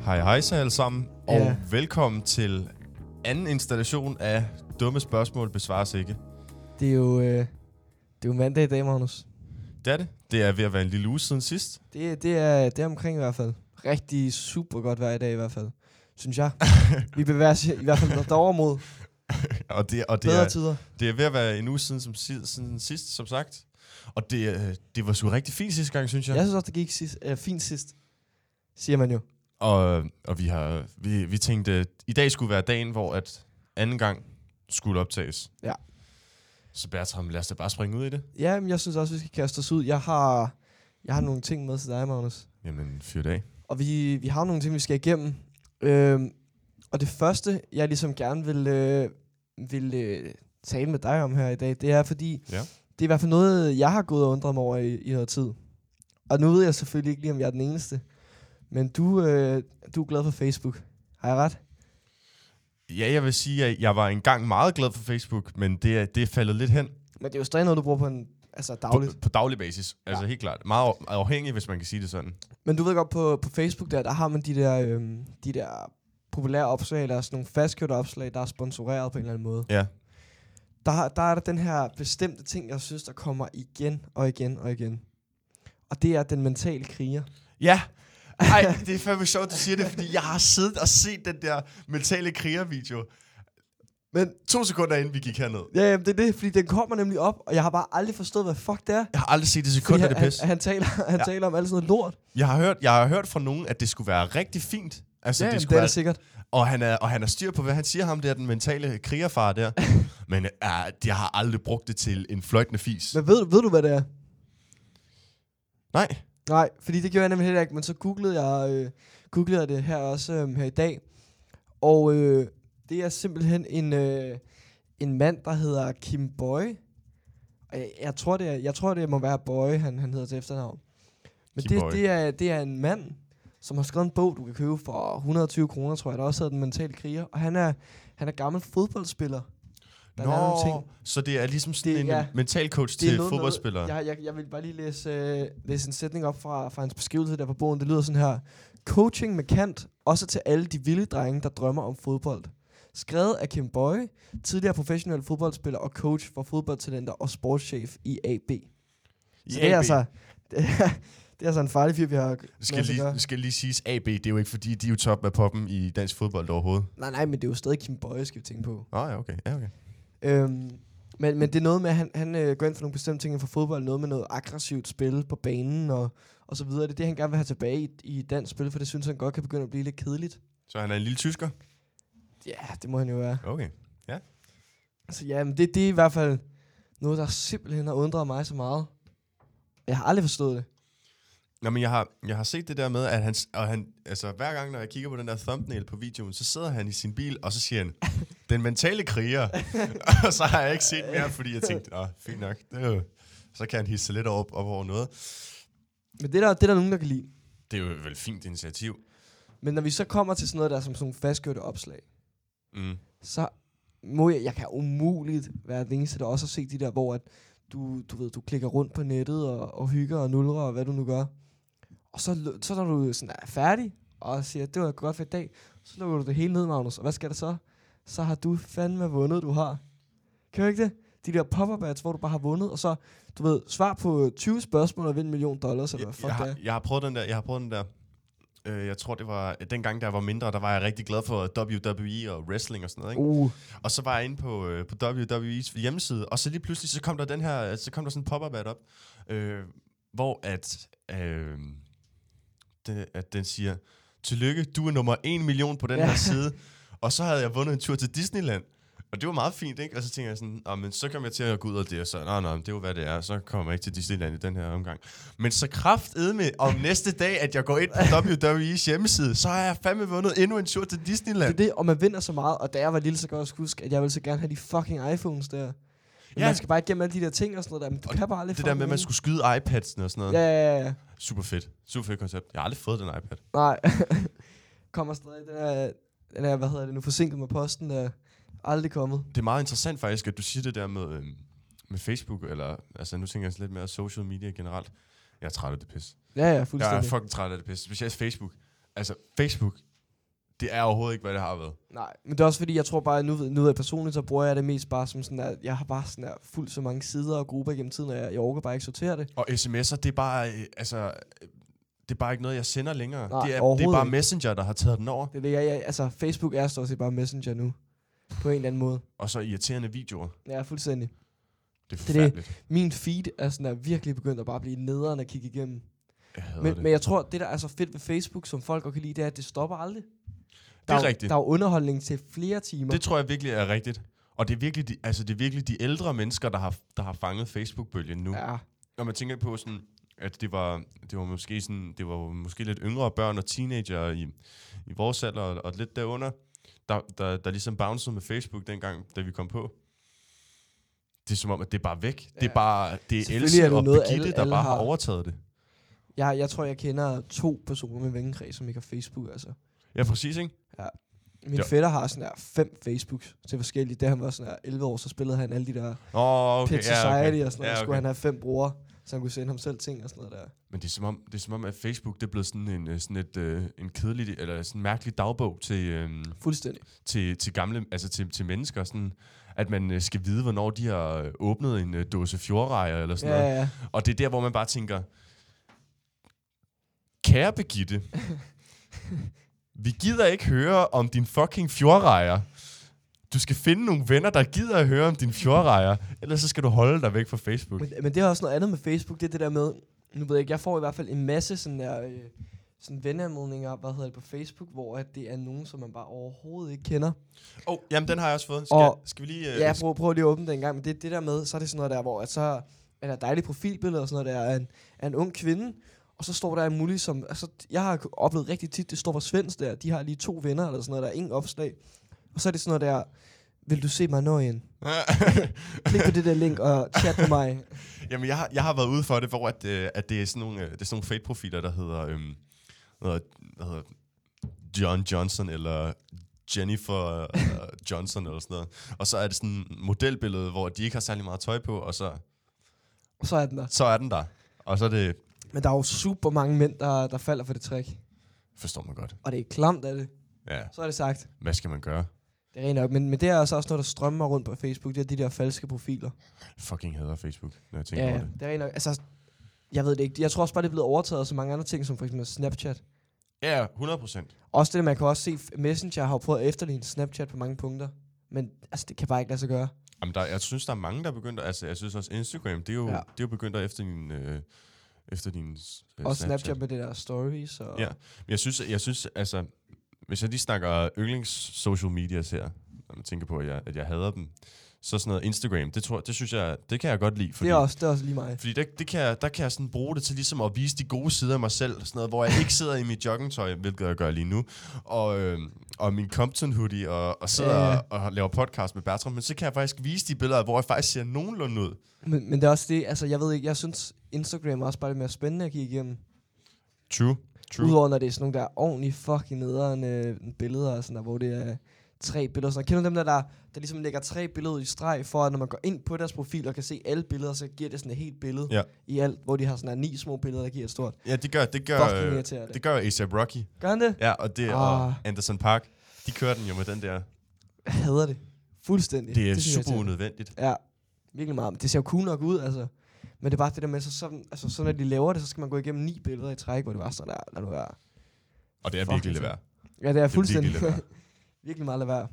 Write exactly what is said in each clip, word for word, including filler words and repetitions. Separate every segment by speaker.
Speaker 1: Hej hej så alle sammen, og
Speaker 2: Ja.
Speaker 1: velkommen til anden installation af Dumme Spørgsmål Besvares Ikke.
Speaker 2: Det er jo, øh, det er jo mandag i dag, Magnus.
Speaker 1: Det er det. Det er ved at være en lille uge siden sidst.
Speaker 2: Det, det, er, det er omkring i hvert fald. Rigtig super godt vejr i dag i hvert fald, synes jeg. Vi bevæger os i hvert fald derover mod
Speaker 1: og det, og det,
Speaker 2: bedre
Speaker 1: er,
Speaker 2: tider.
Speaker 1: det er ved at være en uge siden, som si- siden sidst, som sagt. Og det, øh, det var sgu rigtig fint sidste gang, synes jeg.
Speaker 2: Jeg synes også, det gik sidst, øh, fint sidst, siger man jo.
Speaker 1: Og, og vi, har, vi, vi tænkte, at i dag skulle være dagen, hvor at anden gang skulle optages.
Speaker 2: Ja.
Speaker 1: Så Bertram, lad os da bare springe ud i det.
Speaker 2: Ja, men jeg synes også, vi skal kaste os ud. Jeg har, jeg har nogle ting med til dig, Magnus.
Speaker 1: Jamen, fyr dag.
Speaker 2: Og vi, vi har nogle ting, vi skal igennem. Øhm, og det første, jeg ligesom gerne vil, øh, vil øh, tale med dig om her i dag, det er fordi,
Speaker 1: Ja.
Speaker 2: det er i hvert fald noget, jeg har gået og undret mig over i, i noget tid. Og nu ved jeg selvfølgelig ikke lige, om jeg er den eneste. Men du, øh, du er glad for Facebook. Har jeg ret?
Speaker 1: Ja, jeg vil sige, at jeg var engang meget glad for Facebook, men det er, det er faldet lidt hen.
Speaker 2: Men det er jo stadig noget, du bruger på en, altså dagligt.
Speaker 1: På, på daglig basis. Altså
Speaker 2: Ja.
Speaker 1: helt klart. Meget afhængig, hvis man kan sige det sådan.
Speaker 2: Men du ved godt, på, på Facebook der, der har man de der, øhm, de der populære opslag, der er sådan nogle fastkørte opslag, der er sponsoreret på en eller anden måde.
Speaker 1: Ja.
Speaker 2: Der, der er der den her bestemte ting, jeg synes, der kommer igen og igen og igen. Og det er den mentale kriger.
Speaker 1: Ja. Ej, det er fandme sjovt, du siger det, fordi jeg har siddet og set den der mentale kriger-video.
Speaker 2: Men
Speaker 1: To sekunder inden vi gik herned.
Speaker 2: ja, jamen, det er det, fordi den kommer nemlig op, og jeg har bare aldrig forstået, hvad fuck det er.
Speaker 1: Jeg har aldrig set det sekund
Speaker 2: Fordi
Speaker 1: af
Speaker 2: han,
Speaker 1: det pis.
Speaker 2: han, han, taler, han
Speaker 1: Ja.
Speaker 2: taler om alt sådan noget lort.
Speaker 1: Jeg har hørt, jeg har hørt fra nogen, at det skulle være rigtig fint. Altså,
Speaker 2: Ja,
Speaker 1: det
Speaker 2: jamen,
Speaker 1: skulle
Speaker 2: det er
Speaker 1: være,
Speaker 2: det sikkert.
Speaker 1: og han er og han er styr på, hvad han siger ham der, den mentale krigerfar der. Men uh, jeg har aldrig brugt det til en fløjtende fis.
Speaker 2: Men ved, du- ved du, hvad det er?
Speaker 1: Nej.
Speaker 2: Nej, fordi det gjorde jeg nemlig heller ikke, men så googlede jeg, øh, googlede jeg det her også øh, her i dag. Og øh, det er simpelthen en, øh, en mand, der hedder Kim Boy. Og jeg, jeg, tror, det er, jeg tror, det må være Boy, han, han hedder til efternavn. Men
Speaker 1: Kim
Speaker 2: det,
Speaker 1: Boy.
Speaker 2: det, er, det er en mand, som har skrevet en bog, du kan købe for et hundrede og tyve kroner, tror jeg, der også hedder Den Mentale Kriger. Og han er, han er gammel fodboldspiller. Der
Speaker 1: Nå,
Speaker 2: er nogle ting.
Speaker 1: så det er ligesom sådan
Speaker 2: Det-
Speaker 1: en
Speaker 2: ja.
Speaker 1: mental coach
Speaker 2: Det er
Speaker 1: til
Speaker 2: noget-
Speaker 1: fodboldspillere.
Speaker 2: noget- Jeg, jeg, jeg vil bare lige læse, øh, læse en sætning op fra, fra hans beskrivelse der på bogen. Det lyder sådan her. Coaching med kant, også til alle de vilde drenge, der drømmer om fodbold. Skrevet af Kim Boy, tidligere professionel fodboldspiller og coach for fodboldtalenter og sportschef i A B. Så det er altså, det er, det er altså en farlig fyr, vi har
Speaker 1: Det skal,
Speaker 2: med at
Speaker 1: lige,
Speaker 2: gøre.
Speaker 1: det skal lige siges, A B, det er jo ikke fordi, de er jo top af poppen i dansk fodbold overhovedet.
Speaker 2: Nej, nej, men det er jo stadig Kim Boy, skal vi tænke på.
Speaker 1: Nå ja, okay. Ja, okay.
Speaker 2: Øhm, men, men det er noget med, at han, han øh, går ind for nogle bestemte ting for fodbold, noget med noget aggressivt spil på banen og, og så videre. Det er det, han gerne vil have tilbage i, i dansk spil, for det synes han godt kan begynde at blive lidt kedeligt.
Speaker 1: Så han er en lille tysker?
Speaker 2: Ja, det må han jo være.
Speaker 1: Okay.
Speaker 2: Så ja, men det, det er i hvert fald noget, der simpelthen har undret mig så meget. Jeg har aldrig forstået det.
Speaker 1: Nå, men jeg har, jeg har set det der med, at han, og han, altså hver gang, når jeg kigger på den der thumbnail på videoen, så sidder han i sin bil, og så siger han, den mentale kriger. Og så har jeg ikke set mere, fordi jeg tænkte, åh, fint nok, det er jo, så kan han hisse sig lidt op, op over noget.
Speaker 2: Men det er der, det er der nogen, der kan lide.
Speaker 1: Det er jo vel et fint initiativ.
Speaker 2: Men når vi så kommer til sådan noget der, som sådan nogle fastkørte opslag,
Speaker 1: Mm.
Speaker 2: så må jeg, jeg kan umuligt være den eneste, der også har set de der, hvor at du, du ved, du klikker rundt på nettet og, og hygger og nulrer og hvad du nu gør. Og så, så når du sådan er færdig og siger, det var godt for i dag, så lukker du det hele ned, Magnus. Og hvad skal der så? Så har du fandme vundet, du har. Kan du ikke det? De der pop-up ads, hvor du bare har vundet, og så, du ved, svar på tyve spørgsmål og vind en million dollars, eller hvad
Speaker 1: Jeg,
Speaker 2: fuck
Speaker 1: jeg,
Speaker 2: det er.
Speaker 1: har, jeg har prøvet den der, jeg har prøvet den der. Øh, jeg tror, det var dengang, der var mindre, der var jeg rigtig glad for W W E og wrestling og sådan noget, ikke?
Speaker 2: Uh,
Speaker 1: Og så var jeg inde på, øh, på W W E's hjemmeside, og så lige pludselig, så kom der den her, så kom der sådan en pop-up ad op, øh, hvor at, øh, det, at den siger, tillykke, du er nummer en million på den
Speaker 2: Ja.
Speaker 1: her side, og så havde jeg vundet en tur til Disneyland. Og det var meget fint, ikke? Og så tænker jeg sådan, ah, men så kom jeg til at gå ud af det, og så, nej, nej, det er jo, hvad det er, så kommer jeg ikke til Disneyland i den her omgang. Men så kraftedme om næste dag, at jeg går ind på W W E's hjemmeside, så har jeg fandme vundet endnu en tur til
Speaker 2: det
Speaker 1: Disneyland.
Speaker 2: er det, og man vinder så meget, og da jeg var lille, så kan jeg også huske, at jeg ville så gerne have de fucking iPhones der. Men
Speaker 1: Ja.
Speaker 2: man skal bare igennem alle de der ting og sådan noget der, men du
Speaker 1: Og
Speaker 2: kan bare aldrig
Speaker 1: Det der med, at man
Speaker 2: fucking
Speaker 1: skulle skyde iPads'en og sådan noget.
Speaker 2: vinde. Ja, ja, ja.
Speaker 1: Super fedt. Super fedt koncept. Jeg har aldrig fået den iPad.
Speaker 2: Nej. Kommer stadig, den er, den er, hvad hedder det nu, forsinket med posten, der er aldrig kommet.
Speaker 1: Det er meget interessant faktisk, at du siger det der med, øhm, med Facebook, eller altså nu tænker jeg lidt mere social media generelt. Jeg er træt af det pis.
Speaker 2: Ja, ja,
Speaker 1: Jeg er
Speaker 2: fuldstændig.
Speaker 1: fucking træt af det pis. Specielt Facebook. Altså Facebook, Det er overhovedet ikke, hvad det har været.
Speaker 2: Nej, men det er også fordi, jeg tror bare, at nu, nu ved jeg personligt, så bruger jeg det mest bare som sådan, at jeg har bare sådan der fuldt så mange sider og grupper gennem tiden, og jeg, jeg orker bare ikke sortere det.
Speaker 1: Og sms'er, det er bare, øh, altså, det er bare ikke noget, jeg sender længere.
Speaker 2: Nej,
Speaker 1: det, er, det er bare
Speaker 2: ikke.
Speaker 1: Messenger, der har taget den over.
Speaker 2: Det er det, jeg, jeg, altså, Facebook er stort set bare Messenger nu, på en eller anden måde.
Speaker 1: Og så irriterende videoer.
Speaker 2: Ja, fuldstændig.
Speaker 1: Det er
Speaker 2: Det er
Speaker 1: forfærdeligt.
Speaker 2: det. Min feed er sådan der virkelig begyndt at bare blive nederen at kigge igennem.
Speaker 1: Jeg hader
Speaker 2: Men,
Speaker 1: det.
Speaker 2: men jeg tror, det der er så fedt ved Facebook, som folk godt kan lide, det er, at det stopper aldrig.
Speaker 1: Det
Speaker 2: Der
Speaker 1: er
Speaker 2: jo-
Speaker 1: rigtigt.
Speaker 2: Der er jo underholdning til flere timer.
Speaker 1: Det tror jeg virkelig er rigtigt. Og det er virkelig de, altså det er virkelig de ældre mennesker, der har, der har fanget Facebook-bølgen nu.
Speaker 2: Ja,
Speaker 1: Når man tænker på sådan, at det var, det var måske sådan, det var måske lidt yngre børn og teenager i, i vores alder og, og lidt derunder, der, der, der ligesom bouncede med Facebook dengang, da vi kom på. Det er som om, at det er bare væk. Ja. Det er bare, det er
Speaker 2: Selvfølgelig er
Speaker 1: Else
Speaker 2: det
Speaker 1: og
Speaker 2: noget,
Speaker 1: Birgitte,
Speaker 2: alle-
Speaker 1: der
Speaker 2: alle
Speaker 1: bare har
Speaker 2: har.
Speaker 1: overtaget det.
Speaker 2: jeg, jeg tror, jeg kender to personer med vennekreds, som ikke har Facebook, altså.
Speaker 1: Ja, præcis, ikke?
Speaker 2: Min
Speaker 1: Jo.
Speaker 2: fætter har sådan der fem Facebooks til forskellige. Da han var sådan der elleve år, så spillede han alle de der
Speaker 1: Åh, oh, okay.
Speaker 2: Pet
Speaker 1: ja,
Speaker 2: Society
Speaker 1: okay.
Speaker 2: og sådan noget.
Speaker 1: Ja,
Speaker 2: Så
Speaker 1: okay.
Speaker 2: skulle han have fem brugere, så han kunne sende ham selv ting og sådan noget der.
Speaker 1: Men det er som om, det er som om at Facebook, det er blevet sådan en, øh, sådan et, øh, en kedelig, eller sådan en mærkelig dagbog til, øh,
Speaker 2: Fuldstændig.
Speaker 1: til, til gamle, altså til, til mennesker, sådan, at man øh, skal vide, hvornår de har øh, åbnet en øh, dåse fjordrejer, eller sådan
Speaker 2: Ja,
Speaker 1: noget.
Speaker 2: ja.
Speaker 1: Og det er der, hvor man bare tænker, kære Birgitte, vi gider ikke høre om din fucking fjordrejer. Du skal finde nogle venner, der gider at høre om din fjordrejer, ellers så skal du holde dig væk fra Facebook.
Speaker 2: Men, men det er også noget andet med Facebook, det er det der med, nu ved jeg ikke, jeg får i hvert fald en masse sådan der, øh, sådan venneanmodninger, hvad hedder det, på Facebook, hvor at det er nogen, som man bare overhovedet ikke kender.
Speaker 1: Åh, oh, jamen den har jeg også fået. Skal,
Speaker 2: Og-
Speaker 1: skal vi lige... Uh,
Speaker 2: Ja, prøv, prøv lige at åbne den en gang, men det, det der med, så er det sådan noget der, hvor at så er der dejlige profilbilleder og sådan noget der af en, af en ung kvinde, og så står der en mulig som, altså jeg har oplevet rigtig tit, det står på Svends der, de har lige to venner eller sådan noget, der er ingen opslag, og så er det sådan noget der, vil du se mig nøgen? Klik på det der link og chat med mig.
Speaker 1: Jamen, jeg har, jeg har været ude for det, hvor at, øh, at det er sådan nogle, øh, det er sådan nogle fake-profiler, der hedder, øhm, hvad hedder, hvad hedder John Johnson, eller Jennifer øh, Johnson, eller sådan noget. Og så er det sådan en modelbillede, hvor de ikke har særlig meget tøj på, og så,
Speaker 2: Og så er den der.
Speaker 1: så er den der. Og så er det,
Speaker 2: Men der er jo super mange mænd, der, der falder for det trick.
Speaker 1: forstår man godt.
Speaker 2: Og det er klamt af det.
Speaker 1: Ja,
Speaker 2: Så er det sagt.
Speaker 1: hvad skal man gøre?
Speaker 2: Det er rent nok. Men, men det er altså også noget, der strømmer rundt på Facebook. Det er de der falske profiler.
Speaker 1: Fucking hader Facebook, når jeg tænker
Speaker 2: Ja,
Speaker 1: over
Speaker 2: ja,
Speaker 1: det.
Speaker 2: det er rent nok. Altså, jeg ved det ikke. Jeg tror også bare, det er blevet overtaget af så mange andre ting, som for eksempel Snapchat.
Speaker 1: Ja, hundrede procent.
Speaker 2: Også det, man kan også se, Messenger har jo prøvet at efterligne Snapchat på mange punkter. Men altså, det kan bare ikke lade sig gøre.
Speaker 1: Jamen, der, jeg synes, der er mange, der er begyndt at, altså, jeg synes også Instagram, det er jo,
Speaker 2: Ja.
Speaker 1: ja. det er jo begyndt at efter din, øh, efter din øh,
Speaker 2: Og Snapchat med det der stories. Og
Speaker 1: Ja, men jeg synes, jeg synes, altså, hvis jeg lige snakker yndlings social medias her, når man tænker på, at jeg, at jeg hader dem, så sådan noget Instagram, det tror det synes jeg, det kan jeg godt lide. Fordi,
Speaker 2: det, er også, det er også lige mig.
Speaker 1: fordi det, det kan jeg, der kan jeg sådan bruge det til ligesom at vise de gode sider af mig selv, sådan noget, hvor jeg ikke sidder i mit joggingtøj, hvilket jeg gør lige nu, og, øh, og min Compton hoodie, og, og sidder
Speaker 2: Ja, ja.
Speaker 1: og, og laver podcast med Bertram, men så kan jeg faktisk vise de billeder, hvor jeg faktisk ser nogenlunde ud.
Speaker 2: Men, men det er også det, altså jeg ved ikke, jeg synes Instagram er også bare lidt mere spændende at kigge igennem.
Speaker 1: True, true.
Speaker 2: Udover når det er sådan nogle der ordentlige fucking nederen øh, billeder, og sådan der, hvor det er tre billeder. Sådan. Kender du dem der, der, der ligesom lægger tre billeder i streg, for at når man går ind på deres profil og kan se alle billeder, så giver det sådan et helt billede
Speaker 1: Ja.
Speaker 2: i alt, hvor de har sådan der ni små billeder, der giver et stort.
Speaker 1: Ja, det gør, det gør,
Speaker 2: Fucking
Speaker 1: øh,
Speaker 2: irriterende.
Speaker 1: det gør A$AP Rocky.
Speaker 2: Gør han det?
Speaker 1: Ja, og det
Speaker 2: Ah.
Speaker 1: og Anderson Park, de kører den jo med den der.
Speaker 2: Jeg hader det. Fuldstændig.
Speaker 1: Det er
Speaker 2: synes jeg
Speaker 1: super
Speaker 2: irriterende.
Speaker 1: unødvendigt.
Speaker 2: Ja, virkelig meget. Det ser jo cool nok ud, altså. Men det er bare det der med, så, så, altså, så når de laver det, så skal man gå igennem ni billeder i træk, hvor det var sådan der, lad nu være.
Speaker 1: Og det er
Speaker 2: Fuck,
Speaker 1: virkelig
Speaker 2: altså.
Speaker 1: lidt værd.
Speaker 2: Ja, det er fuldstændig.
Speaker 1: virkelig lidt
Speaker 2: virkelig meget lade være.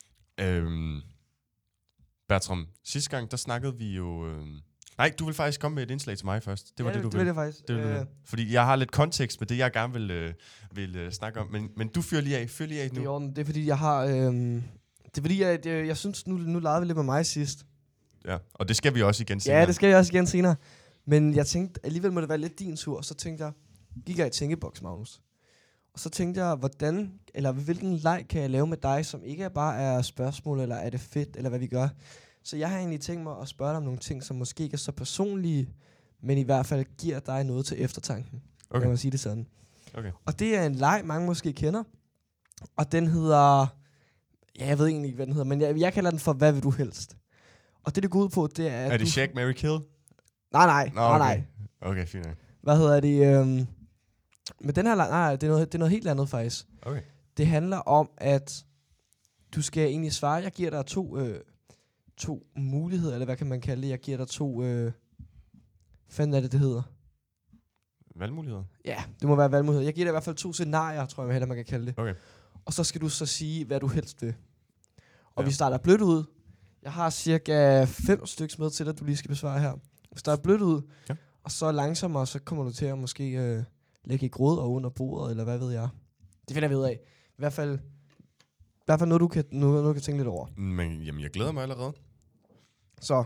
Speaker 1: Øhm, Bertram, sidste gang, der snakkede vi jo... Øhm, nej, du vil faktisk komme med et indslag til mig først. Det var
Speaker 2: ja,
Speaker 1: det, du
Speaker 2: det,
Speaker 1: ville.
Speaker 2: det, faktisk.
Speaker 1: Det vil du
Speaker 2: Øh,
Speaker 1: vil. Fordi jeg har lidt kontekst med det, jeg gerne vil, øh, vil øh, snakke om. Men, men du fyrer lige af. Fyr lige af
Speaker 2: det, er i
Speaker 1: nu.
Speaker 2: orden. Det er fordi, jeg har... Øhm, det er fordi, jeg, det, jeg synes, nu, nu legede vi lidt med mig sidst.
Speaker 1: Ja, og det skal vi også igen senere.
Speaker 2: Ja, det skal jeg også igen senere. Men jeg tænkte, alligevel må det være lidt din tur. Så tænkte jeg, gik jeg i tænkeboks, Magnus. Og så tænkte jeg, hvordan, eller hvilken leg kan jeg lave med dig, som ikke bare er spørgsmål, eller er det fedt, eller hvad vi gør. Så jeg har egentlig tænkt mig at spørge dig om nogle ting, som måske ikke er så personlige, men i hvert fald giver dig noget til eftertanken.
Speaker 1: Okay.
Speaker 2: Kan man sige det sådan.
Speaker 1: Okay.
Speaker 2: Og det er en leg, mange måske kender. Og den hedder... Ja, jeg ved egentlig ikke, hvad den hedder, men jeg, jeg kalder den for, hvad vil du helst? Og det, det går ud på, det er... At
Speaker 1: Er det
Speaker 2: du...
Speaker 1: Shaq, Marry, Kill?
Speaker 2: Nej, nej,
Speaker 1: Nå,
Speaker 2: nej,
Speaker 1: okay.
Speaker 2: nej.
Speaker 1: Okay, fint nok.
Speaker 2: Hvad hedder det? Øhm... Men den her leg... Nej, det er, noget, det er noget helt andet faktisk.
Speaker 1: Okay.
Speaker 2: Det handler om, at du skal egentlig svare. Jeg giver dig to, øh, to muligheder, eller hvad kan man kalde det? Jeg giver dig to... Øh, hvad fanden er det, det hedder?
Speaker 1: Valgmuligheder?
Speaker 2: Ja, det må være valgmuligheder. Jeg giver dig i hvert fald to scenarier, tror jeg heller, man kan kalde det.
Speaker 1: Okay.
Speaker 2: Og så skal du så sige, hvad du helst vil. Og
Speaker 1: Ja.
Speaker 2: vi starter blødt ud. Jeg har cirka fem stykker med til dig, du lige skal besvare her. Vi starter blødt ud,
Speaker 1: ja.
Speaker 2: og så langsommere, så kommer du til at måske øh, lægge i grød og under bordet, eller hvad ved jeg. Det finder vi ud af. I hvert fald, i hvert fald noget, du kan, noget, noget, du kan tænke lidt over.
Speaker 1: Men jamen, jeg glæder mig allerede.
Speaker 2: Så,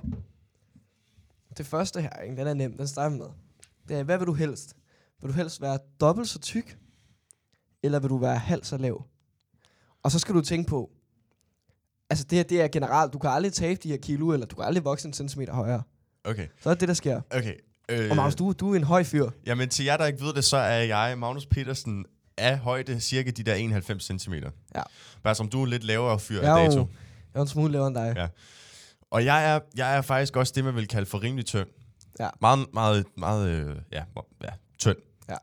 Speaker 2: det første her, ikke? Den er nem, den starter med. Det er, hvad vil du helst? Vil du helst være dobbelt så tyk, eller vil du være halvt så lav? Og så skal du tænke på, altså det her, det er generelt, du kan aldrig tabe de her kilo, eller du kan aldrig vokse en centimeter højere.
Speaker 1: Okay.
Speaker 2: Så er det, der sker.
Speaker 1: Okay. Øh,
Speaker 2: Og Magnus, du, du er en høj fyr.
Speaker 1: Jamen, til jer, der ikke ved det, så er jeg, Magnus Petersen, af højde cirka de der enoghalvfems centimeter.
Speaker 2: Ja.
Speaker 1: Bare som du er en lidt lavere fyr
Speaker 2: Jeg
Speaker 1: af
Speaker 2: er,
Speaker 1: dato.
Speaker 2: jo, jeg er en smule lavere end dig.
Speaker 1: Ja. Og jeg er, jeg er faktisk også det, man vil kalde for rimelig tynd.
Speaker 2: Ja.
Speaker 1: Meget, meget, meget, øh, ja, ja, tynd.
Speaker 2: Ja.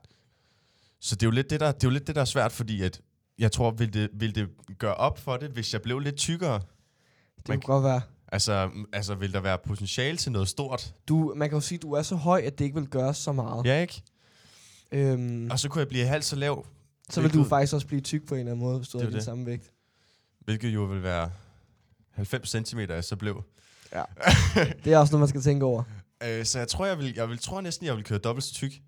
Speaker 1: Så det er jo lidt det, der, det er jo lidt det, der er svært, fordi at jeg tror, vil det, vil det gøre op for det, hvis jeg blev lidt tykkere?
Speaker 2: Det
Speaker 1: Man
Speaker 2: kunne godt være.
Speaker 1: Altså, altså, vil der være potentiale til noget stort?
Speaker 2: Du, man kan jo sige, at du er så høj, at det ikke vil gøre så meget.
Speaker 1: Ja, ikke?
Speaker 2: Øhm,
Speaker 1: Og så kunne jeg blive halvt så lav,
Speaker 2: så vil du
Speaker 1: hvilket-
Speaker 2: faktisk også blive tyk på en eller anden måde, hvis du
Speaker 1: Det er
Speaker 2: har
Speaker 1: jo
Speaker 2: den
Speaker 1: det.
Speaker 2: samme vægt.
Speaker 1: hvilket jo vil være halvfems centimeter, jeg så blev.
Speaker 2: Ja. Det er også noget, man skal tænke over.
Speaker 1: Øh, så jeg tror, jeg vil, jeg vil, tror næsten, jeg vil køre dobbelt så tyk.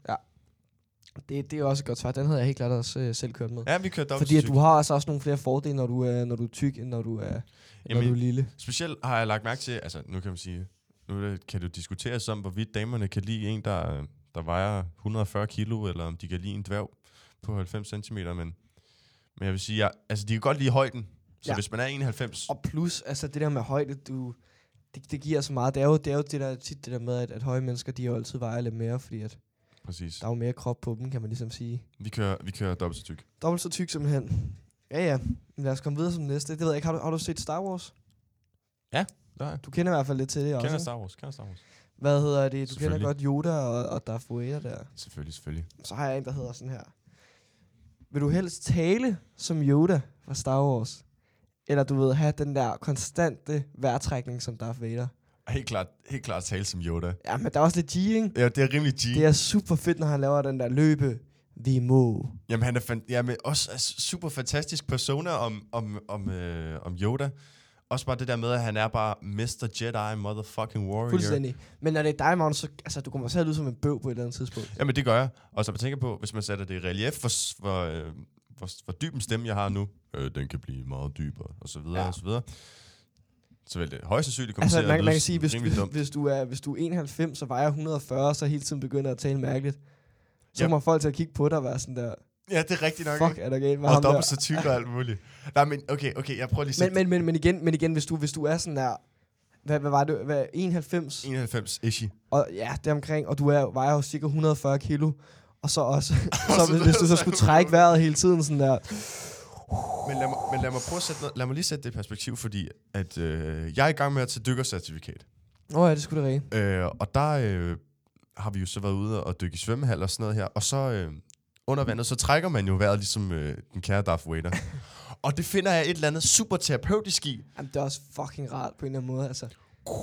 Speaker 2: Det, det er også et godt svar. Den havde jeg helt klart også øh, selv kørt med.
Speaker 1: Ja, vi kører dobbelt
Speaker 2: Fordi
Speaker 1: så
Speaker 2: at
Speaker 1: tyk.
Speaker 2: du har altså også nogle flere fordele, når du er, når du er tyk, end når du er, når
Speaker 1: Jamen,
Speaker 2: du er lille.
Speaker 1: Specielt har jeg lagt mærke til, altså nu kan man sige, nu er det, kan det jo diskuteres om, hvorvidt damerne kan lide en, der, der vejer et hundrede og fyrre kilo, eller om de kan lide en dværg på halvfems centimeter, men, men jeg vil sige, jeg, altså de kan godt lide højden, så
Speaker 2: Ja.
Speaker 1: hvis man er enoghalvfems,
Speaker 2: Og plus, altså det der med højde, du, det, det giver så meget. Det er jo det, er jo det der tit det der med, at, at høje mennesker, de jo altid vejer lidt mere, fordi at
Speaker 1: præcis,
Speaker 2: der er jo mere krop på dem, kan man ligesom sige.
Speaker 1: vi kører, vi kører dobbelt så tyk.
Speaker 2: Dobbelt så tyk simpelthen. Ja, ja. Men lad os komme videre som næste. Det ved jeg ikke. Har du, har du set Star Wars?
Speaker 1: Der er jeg.
Speaker 2: Du kender i hvert fald lidt til det også.
Speaker 1: Kender
Speaker 2: ikke?
Speaker 1: Star Wars, kender Star Wars.
Speaker 2: Hvad hedder det? Du kender
Speaker 1: Selvfølgelig.
Speaker 2: godt Yoda og, og Darth Vader der.
Speaker 1: Selvfølgelig, selvfølgelig.
Speaker 2: Så har jeg en, der hedder sådan her. Vil du helst tale som Yoda fra Star Wars? Eller du ved, have den der konstante vejrtrækning som Darth Vader?
Speaker 1: Helt klart, helt klart tale som Yoda.
Speaker 2: Ja, men der er også lidt G, ikke?
Speaker 1: Ja, det er rimelig G.
Speaker 2: Det er super fedt, når han laver den der løbe. Vi må.
Speaker 1: Jamen, han er fan- jamen, også er super fantastisk persona om, om, om, øh, om Yoda. Også bare det der med, at han er bare mister Jedi, motherfucking warrior.
Speaker 2: Fuldstændig. Men når det er dig, Magnus, så altså, du kommer selv ud som en bøv på et eller andet tidspunkt.
Speaker 1: Jamen, det gør jeg. Og så man tænker på, hvis man sætter det i relief, hvor, hvor, øh, hvor, hvor dyb en stemme jeg har nu, øh, den kan blive meget dybere, og så videre,
Speaker 2: Ja.
Speaker 1: og så videre. Så vil det højst sandsynligt komme
Speaker 2: Altså,
Speaker 1: til at
Speaker 2: man,
Speaker 1: lyde
Speaker 2: man kan sige, hvis,
Speaker 1: rimelig dumt.
Speaker 2: hvis, du er, hvis du er enoghalvfems og vejer et hundrede og fyrre, så hele tiden begynder at tale mærkeligt, så
Speaker 1: Ja.
Speaker 2: kommer folk til at kigge på dig og være sådan der,
Speaker 1: Ja, det er rigtigt nok.
Speaker 2: fuck,
Speaker 1: ikke?
Speaker 2: er der galt med
Speaker 1: Og
Speaker 2: ham der?
Speaker 1: dobbelt så tyk og alt muligt. Nej, men okay, okay, jeg prøver lige at sætte
Speaker 2: Men, men, men, men, igen, men igen, hvis du, hvis du er sådan der, hvad, hvad var det, hvad, enoghalvfems,
Speaker 1: enoghalvfems ishi.
Speaker 2: og ja, det omkring, og du er, vejer jo cirka et hundrede og fyrre kilo, og så også, så, hvis, hvis du så skulle trække vejret hele tiden sådan der,
Speaker 1: Men lad mig, men lad mig prøve at sætte noget, lad mig lige sætte det i perspektiv, fordi at, øh, jeg er i gang med at tage dykkercertifikat.
Speaker 2: åh oh, ja, det skulle det rene.
Speaker 1: Øh, og der øh, har vi jo så været ude og dykke i svømmehal og sådan noget her. Og så øh, under vandet, så trækker man jo vejret ligesom øh, den kære Darth Vader. Og det finder jeg et eller andet super terapeutisk i.
Speaker 2: Jamen, det er også fucking rart på en eller anden måde, altså.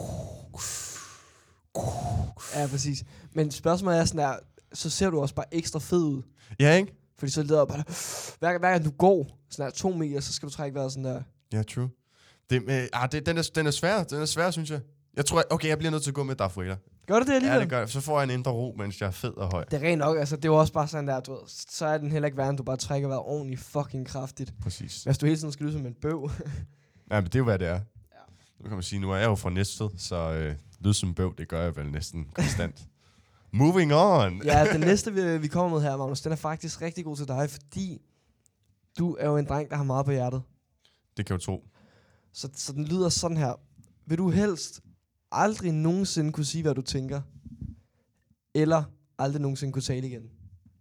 Speaker 2: Ja, præcis. Men spørgsmålet er sådan der, så ser du også bare ekstra fed ud.
Speaker 1: Ja, ikke?
Speaker 2: Fordi så leder bare, hver, hver gang du går sådan der to meter, så skal du trække vejret sådan der.
Speaker 1: Ja, true. Det, øh, ah, det, den, er, den er svær, den er svær, synes jeg. Jeg tror, okay, jeg bliver nødt til at gå med Darth Vader.
Speaker 2: Gør du det alligevel?
Speaker 1: Ja, det gør jeg. Så får jeg en indre ro, mens jeg er fed og høj.
Speaker 2: Det er rent nok, altså det er jo også bare sådan der, du ved, så er den heller ikke værre, end du bare trækker vejret ordentligt fucking kraftigt.
Speaker 1: Præcis.
Speaker 2: Hvis du hele tiden skal lyde som en bøv.
Speaker 1: Ja, men det er jo, hvad det er.
Speaker 2: Ja.
Speaker 1: Nu kan man sige, nu er jeg jo fra Næstved, så øh, lyd som bøv, det gør jeg vel næsten konstant. Moving on!
Speaker 2: Ja, den næste, vi, vi kommer med her, Magnus, den er faktisk rigtig god til dig, fordi du er jo en dreng, der har meget på hjertet.
Speaker 1: Det kan jeg jo tro.
Speaker 2: Så, så den lyder sådan her. Vil du helst aldrig nogensinde kunne sige, hvad du tænker? Eller aldrig nogensinde kunne tale igen?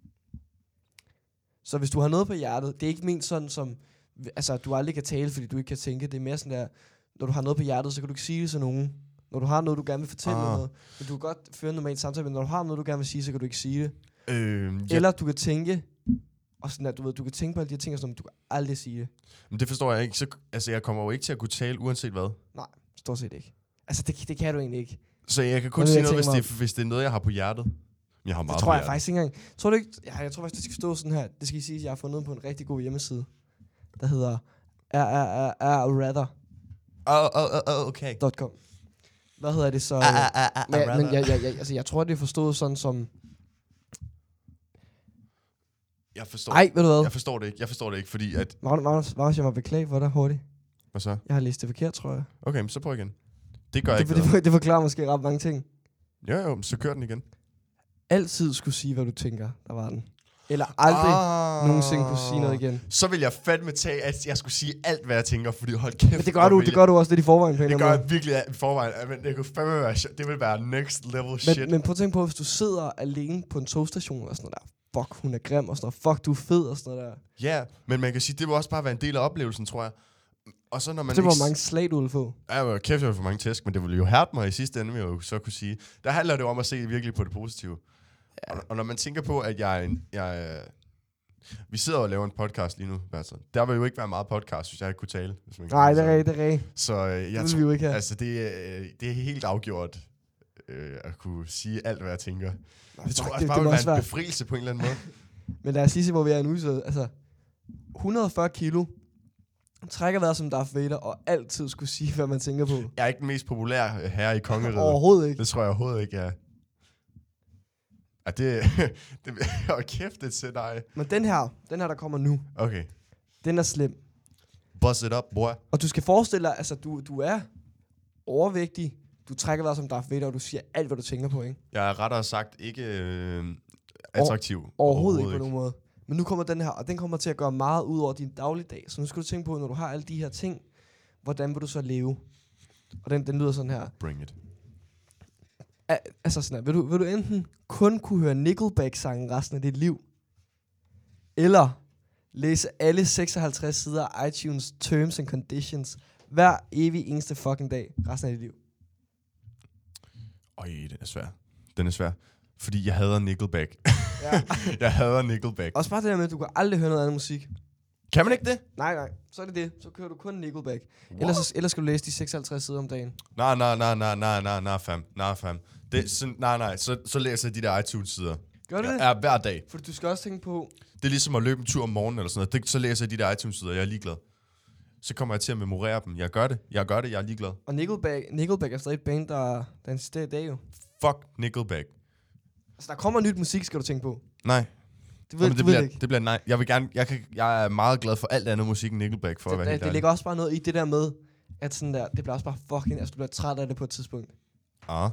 Speaker 2: Så hvis du har noget på hjertet, det er ikke ment sådan som, altså du aldrig kan tale, fordi du ikke kan tænke. Det er mere sådan der, når du har noget på hjertet, så kan du ikke sige det til nogen. Når du har noget, du gerne vil fortælle
Speaker 1: Ah.
Speaker 2: noget, men du kan godt føre en normal samtale, men når du har noget, du gerne vil sige, så kan du ikke sige det.
Speaker 1: Øh, ja.
Speaker 2: Eller du kan tænke Og sådan at, du ved, du kan tænke på alle de her ting, og sådan, men du kan aldrig sige det.
Speaker 1: Men det forstår jeg ikke. Så, altså, jeg kommer jo ikke til at kunne tale, uanset hvad.
Speaker 2: Nej, stort set ikke. Altså, det, det kan du egentlig ikke.
Speaker 1: Så jeg kan kun
Speaker 2: det,
Speaker 1: sige
Speaker 2: jeg
Speaker 1: noget, hvis
Speaker 2: tænker
Speaker 1: det, hvis det er noget, jeg har på hjertet. Jeg har meget
Speaker 2: Det tror
Speaker 1: på
Speaker 2: jeg
Speaker 1: hjertet.
Speaker 2: faktisk ikke engang. Tror du ikke? Ja, jeg tror faktisk, det skal stå sådan her. Det skal I sige, at jeg har fundet på en rigtig god hjemmeside, der hedder r r r rather
Speaker 1: Oh, oh, oh, okay.
Speaker 2: punktum com. Hvad hedder det så?
Speaker 1: Ah, ah, ah, ah,
Speaker 2: men
Speaker 1: rather.
Speaker 2: men jeg, jeg, jeg, altså, jeg tror, det er forstået sådan som...
Speaker 1: Jeg forstår,
Speaker 2: Ej, ved du hvad?
Speaker 1: jeg forstår det ikke. Jeg forstår det ikke, fordi at...
Speaker 2: Magnus, Magnus, Magnus, jeg må beklage for dig hurtigt.
Speaker 1: Hvad så?
Speaker 2: Jeg har læst det forkert, tror jeg.
Speaker 1: Okay, men så prøv igen. Det gør jeg
Speaker 2: Det,
Speaker 1: ikke.
Speaker 2: det, det, det forklarer måske ret mange ting.
Speaker 1: Jo, jo, så kør den igen.
Speaker 2: Altid skulle sige, hvad du tænker, der var den. Eller aldrig
Speaker 1: ah,
Speaker 2: nogensinde kunne sige noget igen.
Speaker 1: Så vil jeg fandme tage, at jeg skulle sige alt, hvad jeg tænker, fordi hold kæft.
Speaker 2: Men det gør du, det gør du også lidt i forvejen på en
Speaker 1: Det
Speaker 2: eller
Speaker 1: gør
Speaker 2: anden
Speaker 1: jeg virkelig i forvejen. Men det kunne fandme være, det vil være next level
Speaker 2: måde.
Speaker 1: shit.
Speaker 2: Men, men prøv at tænke på, hvis du sidder alene på en togstation og sådan noget der. Fuck, hun er grim og sådan noget. Fuck, du er fed og sådan noget der.
Speaker 1: Ja, men man kan sige, det vil også bare være en del af oplevelsen, tror jeg. Og så når man
Speaker 2: Det var
Speaker 1: ikke...
Speaker 2: mange slag, du ville få.
Speaker 1: Ja, jeg kæft, jeg vil få mange tæsk, men det ville jo hærte mig i sidste ende, vil jeg jo så kunne sige. Der handler det om at se virkelig på det positive. Ja. Og, og når man tænker på, at jeg er en... Jeg, vi sidder og laver en podcast lige nu, altså. Der vil jo ikke være meget podcast, hvis jeg ikke kunne tale. Hvis man kan
Speaker 2: Nej,
Speaker 1: sige
Speaker 2: det er
Speaker 1: sådan.
Speaker 2: rigtigt, det er rigtigt.
Speaker 1: Så øh, jeg
Speaker 2: Det vil vi jo ikke have.
Speaker 1: altså, det, øh, det er helt afgjort øh, at kunne sige alt, hvad jeg tænker.
Speaker 2: Nej,
Speaker 1: Det tror
Speaker 2: fuck,
Speaker 1: jeg
Speaker 2: det,
Speaker 1: bare
Speaker 2: det
Speaker 1: vil
Speaker 2: må
Speaker 1: være
Speaker 2: også
Speaker 1: en
Speaker 2: være.
Speaker 1: befrielse på en eller anden måde.
Speaker 2: Men lad os lige se, hvor vi er nu. Så, altså, et hundrede og fyrre kilo. Trækker vejret som Darth Vader, og altid skulle sige, hvad man tænker på.
Speaker 1: Jeg er ikke den mest populære herre i kongeriget.
Speaker 2: Overhovedet ikke.
Speaker 1: Det tror jeg overhovedet ikke, jeg er. Ja, det... det Åh, kæft, det til dig.
Speaker 2: Men den her, den her, der kommer nu,
Speaker 1: Okay.
Speaker 2: den er slem.
Speaker 1: Buzz it up, boy.
Speaker 2: Og du skal forestille dig, altså, du, du er overvægtig. Du trækker vejret som Darth Vader, og du siger alt, hvad du tænker på, ikke?
Speaker 1: Jeg er rettere sagt ikke øh, attraktiv.
Speaker 2: Overhovedet, overhovedet ikke på nogen måde. Men nu kommer den her, og den kommer til at gøre meget ud over din dagligdag. Så nu skal du tænke på, når du har alle de her ting, hvordan vil du så leve? Og den, den lyder sådan her.
Speaker 1: Bring it.
Speaker 2: Al- altså sådan her, vil du, vil du enten kun kunne høre Nickelback-sangen resten af dit liv, eller læse alle seksoghalvtreds sider af iTunes Terms and Conditions hver evig eneste fucking dag resten af dit liv?
Speaker 1: Øj, den er svær. Den er svær. Fordi jeg hader Nickelback.
Speaker 2: Ja.
Speaker 1: Jeg hader Nickelback.
Speaker 2: Også bare det der med, at du kan aldrig høre noget andet musik.
Speaker 1: Kan man ikke det?
Speaker 2: Nej, nej. Så er det det. Så kører du kun Nickelback. Ellers, så- ellers skal du læse de seksoghalvtreds sider om dagen.
Speaker 1: Nej, nej, nej, nej, nej, nej, nej, fam. Nej, fam. Det, så, nej, nej, så, så læser jeg de der iTunes-sider.
Speaker 2: Gør du det?
Speaker 1: Ja, hver dag.
Speaker 2: For du skal også tænke på...
Speaker 1: Det er ligesom at løbe en tur om morgenen eller sådan noget. Det, så læser jeg de der iTunes-sider, jeg er ligeglad. Så kommer jeg til at memorere dem. Jeg gør det. Jeg gør det, jeg er ligeglad.
Speaker 2: Og Nickelback, Nickelback er stadig et band, der, der insisterer i dag jo.
Speaker 1: Fuck Nickelback.
Speaker 2: Altså, der kommer nyt musik, skal du tænke på.
Speaker 1: Nej.
Speaker 2: Det ved,
Speaker 1: Jamen,
Speaker 2: du
Speaker 1: det,
Speaker 2: ved
Speaker 1: bliver,
Speaker 2: ikke.
Speaker 1: det bliver nej. Jeg vil gerne, jeg, kan, jeg er meget glad for alt andet musik end Nickelback, for
Speaker 2: Det,
Speaker 1: at være
Speaker 2: der,
Speaker 1: helt
Speaker 2: det
Speaker 1: ærlig.
Speaker 2: ligger også bare noget i det der med, at sådan der, det bliver også bare fucking... Altså, du bliver træt af det på et tidspunkt.
Speaker 1: Ah.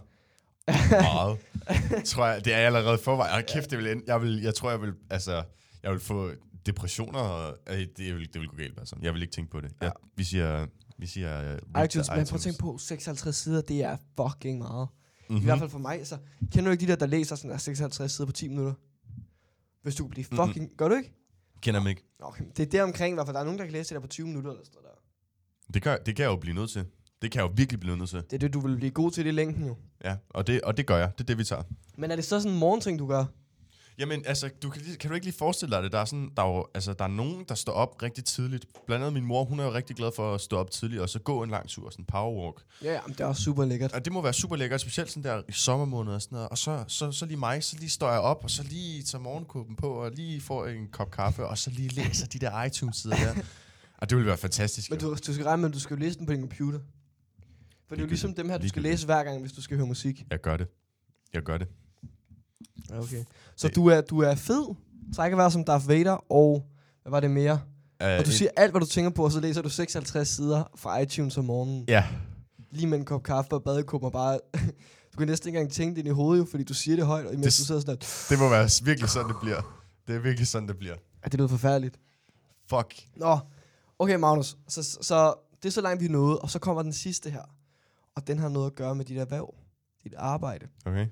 Speaker 1: Meget. Tror jeg, det er jeg allerede forvejen. Jeg kæft, det vil ende. Jeg vil, jeg tror, jeg vil, altså, jeg vil få depressioner, og øh, det, vil, det vil gå galt, altså. Jeg vil ikke tænke på det. Jeg, vi siger, vi siger, uh, read
Speaker 2: iTunes,
Speaker 1: the
Speaker 2: men prøv at tænke på, seksoghalvtreds sider, det er fucking meget.
Speaker 1: Mm-hmm.
Speaker 2: I hvert fald for mig, så kender du ikke de der, der læser sådan der seksoghalvtreds sider på ti minutter? Hvis du kunne blive fucking... Mm-hmm. Gør du ikke?
Speaker 1: Kender dem ikke.
Speaker 2: Okay, det er der omkring i hvert fald. Der er nogen, der kan læse det der på tyve minutter eller sådan noget der.
Speaker 1: Det kan, det kan jeg jo blive nødt til. Det kan jeg jo virkelig blive nødt til.
Speaker 2: Det er det, du vil blive god til i længden jo.
Speaker 1: Ja, og det, og det gør jeg. Det er det, vi tager.
Speaker 2: Men er det så sådan en morgenting, du gør?
Speaker 1: Jamen, altså, du kan, kan du ikke lige forestille dig det? Der er, sådan, der, er jo, altså, der er nogen, der står op rigtig tidligt. Blandt andet min mor, hun er jo rigtig glad for at stå op tidligt, og så gå en lang tur, sådan en powerwalk.
Speaker 2: Ja, ja, men det er også super lækkert.
Speaker 1: Og det må være super lækkert, specielt sådan der i sommermåneder og sådan noget. Og så, så, så lige mig, så lige står jeg op, og så lige tager morgenkåben på, og lige får en kop kaffe, og så lige læser de der iTunes-sider der. Og det ville være fantastisk.
Speaker 2: Men du, du skal regne med, at du skal læse den på din computer. For det er jo ligesom dem her, du skal læse hver gang, hvis du skal høre musik.
Speaker 1: Jeg gør det. Jeg gør det.
Speaker 2: Okay. Så du er, du er fed, trækker vejret som Darth Vader, og hvad var det mere?
Speaker 1: Uh,
Speaker 2: Og du siger alt, hvad du tænker på, og så læser du seksoghalvtreds sider fra iTunes om morgenen.
Speaker 1: Ja.
Speaker 2: Lige med en kop kaffe og badekup og bare... Du kan næsten ikke engang tænke det ind i hovedet, jo, fordi du siger det højt, og imens
Speaker 1: Det-
Speaker 2: du sidder sådan der...
Speaker 1: Det må være virkelig sådan, det bliver. Det er virkelig sådan, det bliver.
Speaker 2: Ja, det lyder forfærdeligt.
Speaker 1: Fuck.
Speaker 2: Nå, okay Magnus, så, så, så det er så langt vi er nået, og så kommer den sidste her. Og den har noget at gøre med dit erhverv, dit arbejde.
Speaker 1: Okay.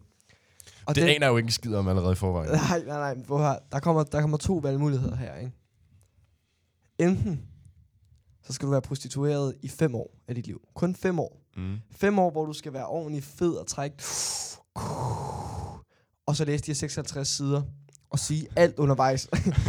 Speaker 2: Og
Speaker 1: Det
Speaker 2: den,
Speaker 1: aner jeg jo ikke en skid om allerede i forvejen.
Speaker 2: Nej, nej, nej, men prøv at høre. Der kommer, der kommer to valgmuligheder her, ikke? Enten, så skal du være prostitueret i fem år af dit liv. Kun fem år.
Speaker 1: Mm.
Speaker 2: Fem år, hvor du skal være ordentlig fed og trække. Og så læse de her seksoghalvtreds sider og sige alt undervejs.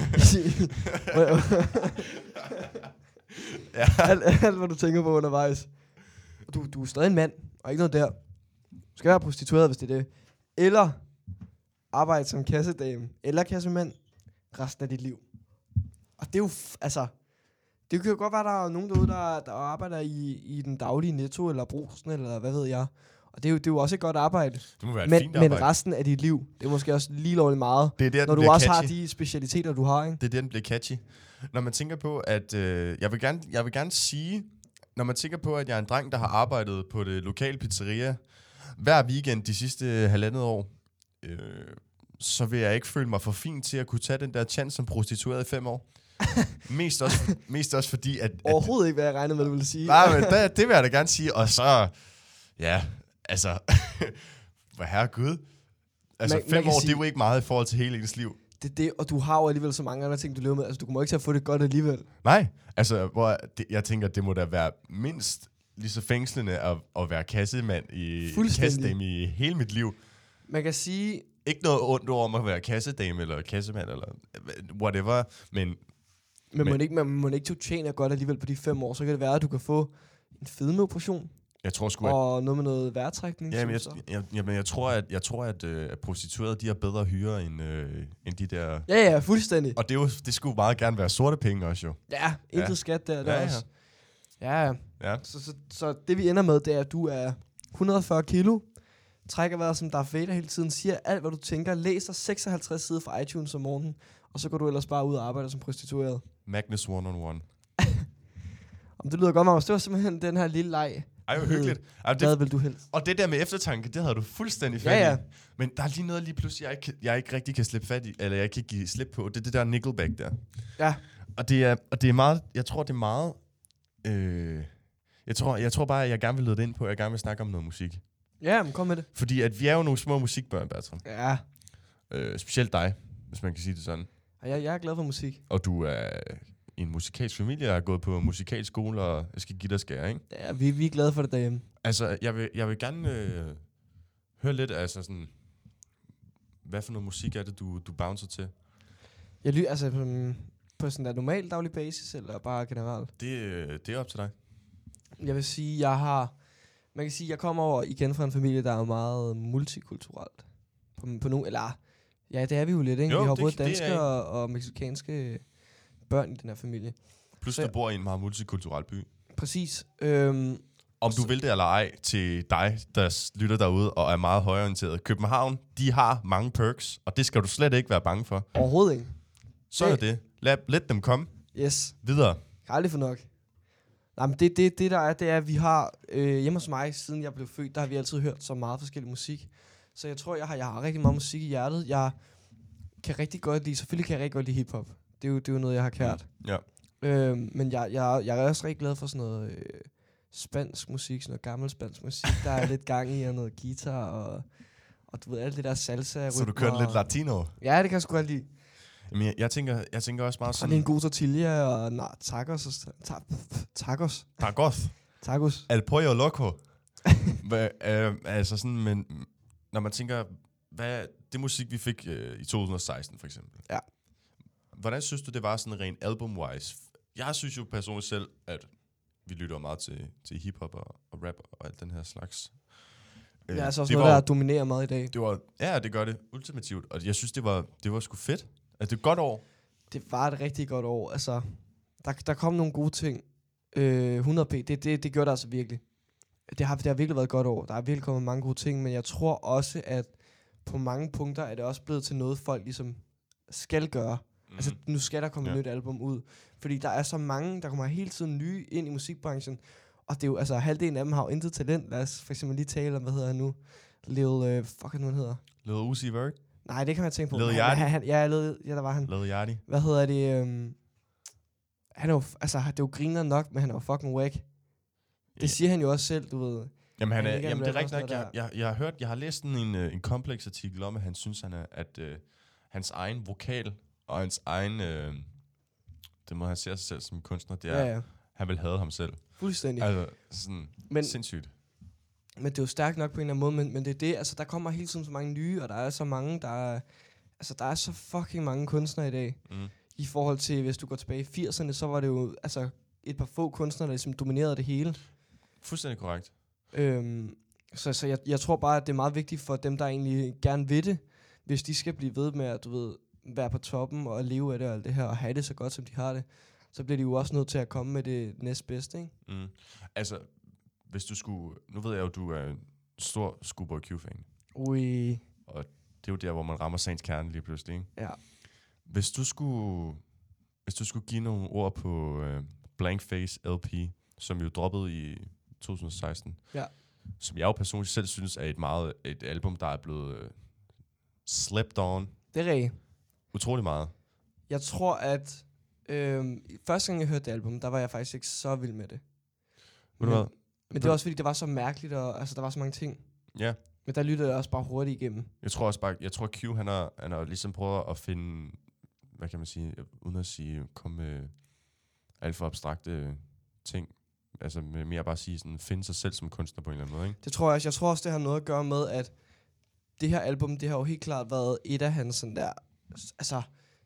Speaker 1: Ja.
Speaker 2: alt, alt, hvad du tænker på undervejs. Du, du er stadig en mand, og ikke noget der. Du skal være prostitueret, hvis det er det. Eller arbejde som kassedame, eller kassemand, resten af dit liv. Og det er jo, f- altså... Det kan jo godt være, der er nogen derude, der, der arbejder i, i den daglige Netto, eller Brugsen, eller hvad ved jeg. Og det er jo, det er jo også et godt arbejde.
Speaker 1: Det må være et
Speaker 2: men,
Speaker 1: fint arbejde.
Speaker 2: Men resten af dit liv, det er måske også lige lovligt meget.
Speaker 1: Det er der,
Speaker 2: når du også catchy. Har de specialiteter, du har, ikke?
Speaker 1: Det er der, den bliver catchy. Når man tænker på, at... Øh, jeg, vil gerne, jeg vil gerne sige... Når man tænker på, at jeg er en dreng, der har arbejdet på det lokale pizzeria hver weekend de sidste halvandet år, øh, så vil jeg ikke føle mig for fin til at kunne tage den der chance som prostitueret i fem år. mest, også, mest også fordi, at... at
Speaker 2: overhovedet ikke, hvad jeg regnede med, du ville sige.
Speaker 1: Nej, men det, det vil jeg da gerne sige. Og så... Ja, altså... Hvor herregud. Altså,
Speaker 2: man,
Speaker 1: fem
Speaker 2: man
Speaker 1: år,
Speaker 2: sige,
Speaker 1: det er jo ikke meget i forhold til hele ens liv.
Speaker 2: Det er det, og du har jo alligevel så mange andre ting, du lever med. Altså, du kommer ikke til at få det godt alligevel.
Speaker 1: Nej, altså, hvor det, jeg tænker, det må da være mindst lige så fængslende at, at være kassemand i kassedame i hele mit liv.
Speaker 2: Man kan sige...
Speaker 1: Ikke noget ondt over at være kassedame eller kassemand eller whatever, men...
Speaker 2: Men,
Speaker 1: men
Speaker 2: man, ikke, man må ikke du tjener godt alligevel på de fem år, så kan det være, at du kan få en fedmeoperation.
Speaker 1: Jeg tror sgu,
Speaker 2: og at, noget med noget vejrtrækning.
Speaker 1: Jamen, jeg, jeg, jeg, jeg tror, at, jeg tror, at, øh, at prostituerede, de har bedre hyre end, øh, end de der...
Speaker 2: Ja, ja, fuldstændig.
Speaker 1: Og det, er jo, det skulle meget gerne være sorte penge også, jo.
Speaker 2: Ja, intet ja. skat der, der
Speaker 1: ja, ja.
Speaker 2: også. Ja,
Speaker 1: ja.
Speaker 2: Så, så, så det vi ender med, det er, at du er et hundrede og fyrre kilo, trækker vejret som Darth Vader hele tiden, siger alt, hvad du tænker, læser seksoghalvtreds sider fra iTunes om morgenen, og så går du ellers bare ud og arbejder som prostitueret.
Speaker 1: Magnus one on one.
Speaker 2: Om det lyder godt, Magnus. Det var simpelthen den her lille leg.
Speaker 1: Ej, hvor hyggeligt. Ej,
Speaker 2: hvad vil du helst?
Speaker 1: Og det der med eftertanke, det havde du fuldstændig fat i.
Speaker 2: Ja, ja.
Speaker 1: Men der er lige noget lige pludselig, jeg ikke, jeg ikke rigtig kan slippe fat i, eller jeg kan ikke give slip på. Det er det der Nickelback der.
Speaker 2: Ja.
Speaker 1: Og det er, og det er meget, jeg tror, det er meget... Øh, jeg, tror, jeg tror bare, at jeg gerne vil lede det ind på, at jeg gerne vil snakke om noget musik.
Speaker 2: Ja, men kom med det.
Speaker 1: Fordi at vi er jo nogle små musikbørn, Bertram.
Speaker 2: Ja.
Speaker 1: Øh, specielt dig, hvis man kan sige det sådan.
Speaker 2: Og jeg, jeg er glad for musik.
Speaker 1: Og du er i en musikalsk familie, der har gået på musikalsk skole, og jeg skal give dig skære, ikke?
Speaker 2: Ja, vi, vi er glade for det derhjemme.
Speaker 1: Altså, jeg vil, jeg vil gerne øh, høre lidt, altså sådan... Hvad for noget musik er det, du, du bouncer til?
Speaker 2: Jeg lyder, altså um, på sådan en normal daglig basis, eller bare generelt?
Speaker 1: Det, øh, det er op til dig.
Speaker 2: Jeg vil sige, jeg har... Man kan sige, jeg kommer over igen fra en familie, der er meget multikulturelt. På, på nogle, eller... Ja, det er vi jo lidt, ikke?
Speaker 1: Jo,
Speaker 2: vi har
Speaker 1: det,
Speaker 2: både danske
Speaker 1: og,
Speaker 2: og mexikanske børn i den her familie.
Speaker 1: Plus, du bor i en meget multikulturel by.
Speaker 2: Præcis. Øhm,
Speaker 1: Om du vil det eller ej, til dig, der lytter derude og er meget højorienteret. København, de har mange perks, og det skal du slet ikke være bange for.
Speaker 2: Overhovedet ikke.
Speaker 1: Så er det. Lad, let dem komme.
Speaker 2: Yes.
Speaker 1: Videre.
Speaker 2: Jeg har aldrig for nok. Nej, men det, det, det der er, det er, at vi har øh, hjemme hos mig, siden jeg blev født, der har vi altid hørt så meget forskellig musik. Så jeg tror, jeg har, jeg har rigtig meget musik i hjertet. Jeg kan rigtig godt lide, selvfølgelig kan jeg rigtig godt lide hiphop. Det er jo, det er jo noget, jeg har kært.
Speaker 1: Ja.
Speaker 2: Øh, men jeg, jeg, jeg er også rigtig glad for sådan noget øh, spansk musik, sådan noget gammel spansk musik. Der er lidt gang i, og noget guitar, og, og du ved, alt det der salsa.
Speaker 1: Så du kører lidt latino?
Speaker 2: Ja, det kan jeg sgu godt lide.
Speaker 1: Jamen, jeg, jeg, tænker, jeg tænker også meget sådan...
Speaker 2: Og det er en god tortilla, og nej, tacos. Og, ta, tacos.
Speaker 1: Tacos.
Speaker 2: Tacos.
Speaker 1: El pollo loco. Hva, øh, altså sådan, men når man tænker, hvad det musik, vi fik øh, i to tusind og seksten for eksempel.
Speaker 2: Ja.
Speaker 1: Hvordan synes du, det var sådan rent album-wise? Jeg synes jo personligt selv, at vi lytter meget til, til hiphop og, og rap og alt den her slags.
Speaker 2: Det er altså også noget, var, der dominerer meget i dag.
Speaker 1: Det var, ja, det gør det ultimativt. Og jeg synes, det var, det var sgu fedt. Altså, det er et godt år.
Speaker 2: Det var et rigtig godt år. Altså, der, der kom nogle gode ting. Øh, hundrede p, det, det, det gjorde det altså virkelig. Det har, det har virkelig været et godt år. Der er virkelig kommet mange gode ting, men jeg tror også, at på mange punkter er det også blevet til noget, folk ligesom skal gøre. Mm. Altså, nu skal der komme ja. et nyt album ud. Fordi der er så mange, der kommer hele tiden nye ind i musikbranchen. Og det er jo, altså, halvdelen af dem har jo intet talent. Lad os for eksempel lige tale om, hvad hedder han nu? Lil, uh, fuck, nu han hedder.
Speaker 1: Lil Uzi Vert?
Speaker 2: Nej, det kan man tænke på.
Speaker 1: Lil Yachty?
Speaker 2: Han, han, ja, Lil, ja, der var han.
Speaker 1: Lil Yachty?
Speaker 2: Hvad hedder det? Um, han er jo, altså, det er jo griner nok, men han er jo fucking wack. Det yeah. siger han jo også selv, du ved.
Speaker 1: Jamen, han er, jamen det er rigtigt nok. Jeg, jeg, jeg, har hørt, jeg har læst sådan en, en kompleks artikel om, at han synes, han er, at uh, hans egen vokal og hans egen... Uh, det må han se sig selv som kunstner, det er, ja, ja. Han vil have ham selv.
Speaker 2: Fuldstændig.
Speaker 1: Altså, sådan men, sindssygt.
Speaker 2: Men det er jo stærkt nok på en eller anden måde, men, men det er det, altså der kommer hele tiden så mange nye, og der er så mange, der er, altså der er så fucking mange kunstnere i dag.
Speaker 1: Mm.
Speaker 2: I forhold til, hvis du går tilbage i firserne, så var det jo altså et par få kunstnere, der ligesom dominerede det hele.
Speaker 1: Fuldstændig korrekt.
Speaker 2: Øhm, så så jeg, jeg tror bare, at det er meget vigtigt for dem, der egentlig gerne vil det, hvis de skal blive ved med at, du ved, være på toppen og leve af det og alt det her, og have det så godt, som de har det, så bliver de jo også nødt til at komme med det næstbedste, ikke?
Speaker 1: Mm. Altså, hvis du skulle... Nu ved jeg jo, du er en stor Schoolboy Q-fan.
Speaker 2: Ui.
Speaker 1: Og det er jo der, hvor man rammer sagens kerne lige pludselig, ikke?
Speaker 2: Ja.
Speaker 1: Hvis du skulle... Hvis du skulle give nogle ord på uh, Blank Face L P, som jo droppede i to tusind og seksten,
Speaker 2: Ja.
Speaker 1: som jeg jo personligt selv synes er et meget et album, der er blevet uh, slept on
Speaker 2: Det er rigtigt.
Speaker 1: utrolig meget.
Speaker 2: Jeg tror, at øhm, første gang jeg hørte det album, der var jeg faktisk ikke så vild med det.
Speaker 1: Ved du hvad?
Speaker 2: Men det var også fordi, det var så mærkeligt, og altså, der var så mange ting.
Speaker 1: Ja.
Speaker 2: Men der lyttede jeg også bare hurtigt igennem.
Speaker 1: Jeg tror også bare, jeg tror Q, han har, han har ligesom prøvet at finde, hvad kan man sige, uden at sige, komme med alt for abstrakte ting. Altså med mere bare at sige sådan, finde sig selv som kunstner på en eller anden måde, ikke?
Speaker 2: Det tror jeg også. Jeg tror også, det har noget at gøre med, at det her album, det har jo helt klart været et af hans sådan der, altså,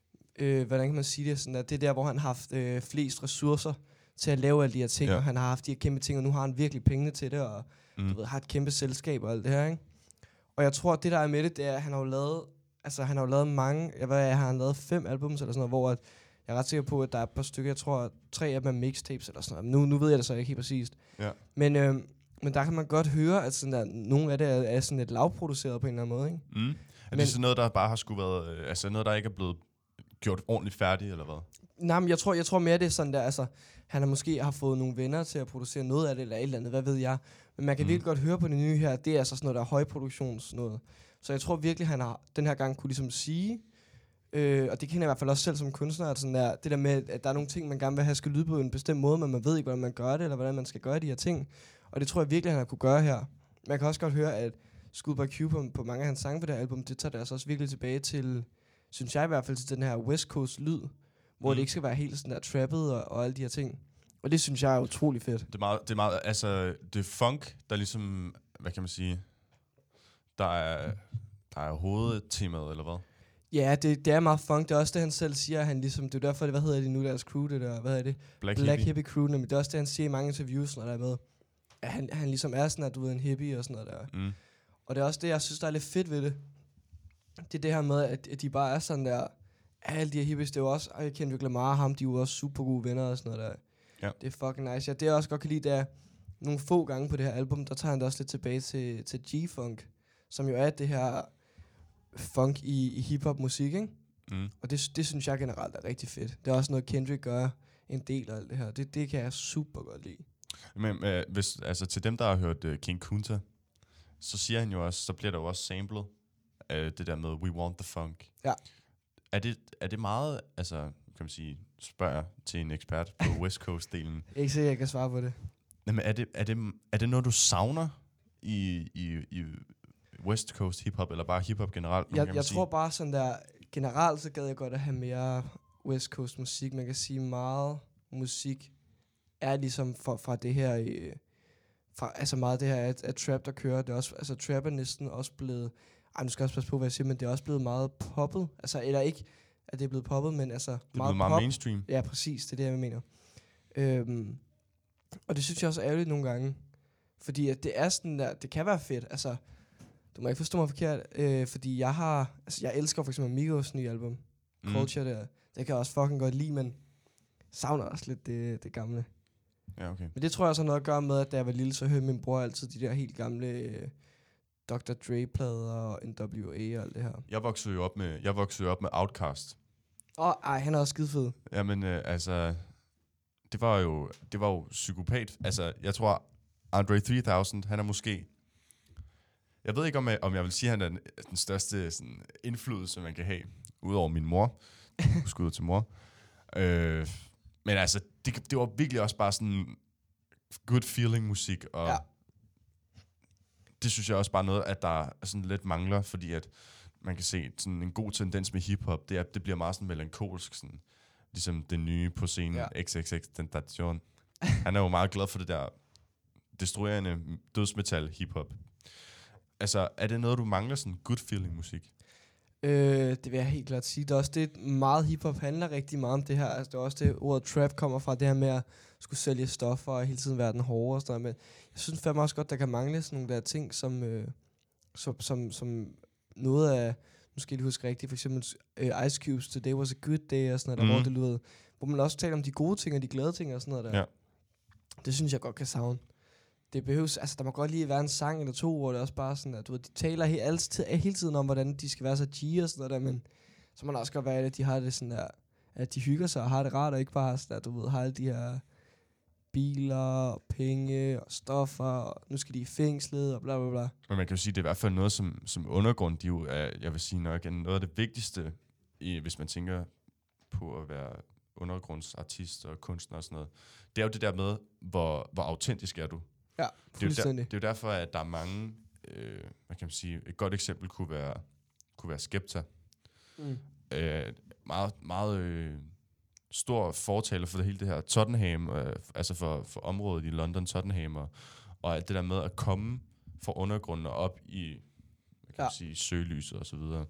Speaker 2: øh, hvordan kan man sige det, sådan der, det er der, hvor han har haft øh, flest ressourcer til at lave alle de her ting,
Speaker 1: Ja.
Speaker 2: og han har haft de her kæmpe ting, og nu har han virkelig pengene til det, og
Speaker 1: Mm.
Speaker 2: du ved, har et kæmpe selskab og alt det her, ikke? Og jeg tror, at det der er med det, det er, at han har jo lavet, altså han har jo lavet mange, jeg ved, jeg har han lavet fem albums eller sådan noget, hvor at, jeg er ret sikker på, at der er et par stykker, jeg tror, at tre af dem er mixtapes eller sådan noget. Nu, nu ved jeg det så ikke helt præcist.
Speaker 1: Ja.
Speaker 2: Men, øh, men der kan man godt høre, at sådan der, nogle af det er, er sådan lidt lavproduceret på en eller anden måde, ikke?
Speaker 1: Mm. Er
Speaker 2: Men-
Speaker 1: det sådan noget, der bare har skulle været, øh, altså noget, der ikke er blevet gjort ordentligt færdigt, eller hvad?
Speaker 2: Nej, men jeg tror, jeg tror mere, det er sådan der, altså, han har måske har fået nogle venner til at producere noget af det, eller et eller andet, hvad ved jeg. Men man kan
Speaker 1: Mm.
Speaker 2: virkelig godt høre på det nye her, det er altså sådan noget, der er højproduktions noget. Så jeg tror virkelig, han har den her gang kunne ligesom sige, øh, og det kender jeg i hvert fald også selv som kunstner, at sådan der, det der med, at der er nogle ting, man gerne vil have skal lyde på en bestemt måde, men man ved ikke, hvordan man gør det, eller hvordan man skal gøre de her ting. Og det tror jeg virkelig, han har kunne gøre her. Man kan også godt høre, at Schoolboy Q på, på mange af hans sange på det her album, det tager det altså også virkelig tilbage til, synes jeg i hvert fald, til den her West Coast lyd, hvor
Speaker 1: Mm.
Speaker 2: det ikke skal være helt sådan der trappet og, og alle de her ting. Og det synes jeg er utrolig fedt.
Speaker 1: Det er meget, det er meget, altså, det er funk, der ligesom, hvad kan man sige, der er, der er hovedtemaet, eller hvad?
Speaker 2: Ja, det, det er meget funk. Det er også det, han selv siger. Han ligesom, det er derfor, det, hvad hedder det nu, deres crew, det der, hvad hedder det?
Speaker 1: Black,
Speaker 2: Black
Speaker 1: Hippie.
Speaker 2: Hippie Crew, men det er også det, han siger i mange interviews, når der er med. At han, han ligesom er sådan, at du ved, en hippie og sådan noget der.
Speaker 1: Mm.
Speaker 2: Og det er også det, jeg synes, der er lidt fedt ved det. Det er det her med, at, at de bare er sådan der, alle de her hippies, det er jo også, og jeg kender jo Lamar og ham, de er jo også super gode venner og sådan noget der.
Speaker 1: Ja.
Speaker 2: Det er fucking nice. Ja, det jeg også godt kan lide, det er nogle få gange på det her album, der tager han det også lidt tilbage til, til G-Funk, som jo er det her funk i, i hip-hop musik, ikke?
Speaker 1: Mm.
Speaker 2: Og det, det synes jeg generelt er rigtig fedt. Det er også noget, Kendrick gør en del af alt det her. Det, det kan jeg super godt lide.
Speaker 1: Men øh, hvis, altså, til dem, der har hørt uh, King Kunta, så siger han jo også, så bliver der jo også samlet uh, det der med We Want the Funk.
Speaker 2: Ja.
Speaker 1: Er det, er det meget, altså, kan man sige, spørger til en ekspert på West Coast-delen.
Speaker 2: Jeg er ikke sikker, jeg kan svare på det.
Speaker 1: Jamen, er det, er det, er det noget, du savner i, i, i West Coast hip-hop, eller bare hip-hop generelt?
Speaker 2: Jeg,
Speaker 1: kan man
Speaker 2: jeg
Speaker 1: sige?
Speaker 2: tror bare sådan der, generelt så gad jeg godt at have mere West Coast musik. Man kan sige meget musik er ligesom fra, fra det her, øh, fra, altså meget det her, at, at trap, der kører, det er også, altså trap er næsten også blevet, ej, nu skal jeg også passe på, hvad jeg siger, men det er også blevet meget poppet. Altså, eller ikke, at det er blevet poppet, men altså
Speaker 1: det er
Speaker 2: meget,
Speaker 1: blevet meget
Speaker 2: pop.
Speaker 1: mainstream.
Speaker 2: Ja, præcis, det er det, jeg mener. Øhm, og det synes jeg også er ærgerligt nogle gange. Fordi at det er sådan der, det kan være fedt. Altså, du må ikke forstå mig forkert, øh, fordi jeg har, altså jeg elsker for eksempel Migos nye album, mm. Culture der. Det kan jeg også fucking godt lide, men savner også lidt det, det gamle.
Speaker 1: Ja, okay.
Speaker 2: Men det tror jeg også har noget at gøre med, at da jeg var lille, så hørte min bror altid de der helt gamle øh, doktor Dre-plader og N W A og alt det her.
Speaker 1: Jeg voksede jo op med, jeg voksede jo op med Outkast.
Speaker 2: Åh, oh, ej, han er også skide fed.
Speaker 1: Jamen, øh, altså, det var jo, det var jo psykopat. Altså, jeg tror, Andre tre tusind, han er måske, jeg ved ikke, om jeg, om jeg vil sige, at han er den, den største sådan, indflydelse, man kan have, udover min mor. Skud til mor. Øh, men altså, det, det var virkelig også bare sådan good feeling musik, og
Speaker 2: Ja.
Speaker 1: det synes jeg også bare noget, at der sådan lidt mangler, fordi at man kan se sådan en god tendens med hiphop, det er, at det bliver meget sådan melankolsk, sådan, ligesom det nye på scenen,
Speaker 2: Ja.
Speaker 1: X X X Tentation. Han er jo meget glad for det der destruerende dødsmetal hiphop. Altså, er det noget, du mangler, sådan good feeling musik?
Speaker 2: Øh, det vil jeg helt klart sige. Det er også det, meget hiphop handler rigtig meget om det her. Altså, det er også det, ordet trap kommer fra, det her med at skulle sælge stoffer og hele tiden være den hårde og sådan noget. Men jeg synes fandme også godt, der kan mangle sådan nogle der ting, som, øh, som, som, som noget af, nu skal jeg lige huske rigtigt, for eksempel uh, Ice Cube's Today Was a Good Day og sådan noget, mm. der, hvor det lyder, hvor man også taler om de gode ting og de glade ting og sådan noget der.
Speaker 1: Ja.
Speaker 2: Det synes jeg godt kan savne. Det behøves, altså der må godt lige være en sang eller to, hvor det også bare sådan, at du ved, de taler he- altid, hele tiden om, hvordan de skal være så G og sådan noget der, men så må det også godt være, at de har det sådan der, at de hygger sig og har det rart, og ikke bare sådan, at du ved, har alle de her biler og penge og stoffer, og nu skal de i fængslet og bla bla bla.
Speaker 1: Men man kan jo sige, at det er i hvert fald noget, som, som undergrund, de jo er, jeg vil sige nok, er noget af det vigtigste, i, hvis man tænker på at være undergrundsartist og kunstner og sådan noget. Det er jo det der med, hvor, hvor autentisk er du.
Speaker 2: Ja, fuldstændig.
Speaker 1: Det er jo, der, det er jo derfor, at der er mange, øh, hvad kan man sige, et godt eksempel kunne være, kunne være Skepta. Mm. Øh, meget meget øh, stor fortaler for det hele det her Tottenham, øh, altså for, for området i London, Tottenham, og, og alt det der med at komme fra undergrunden og op i, hvad kan ja. man sige, søgelyset og så videre.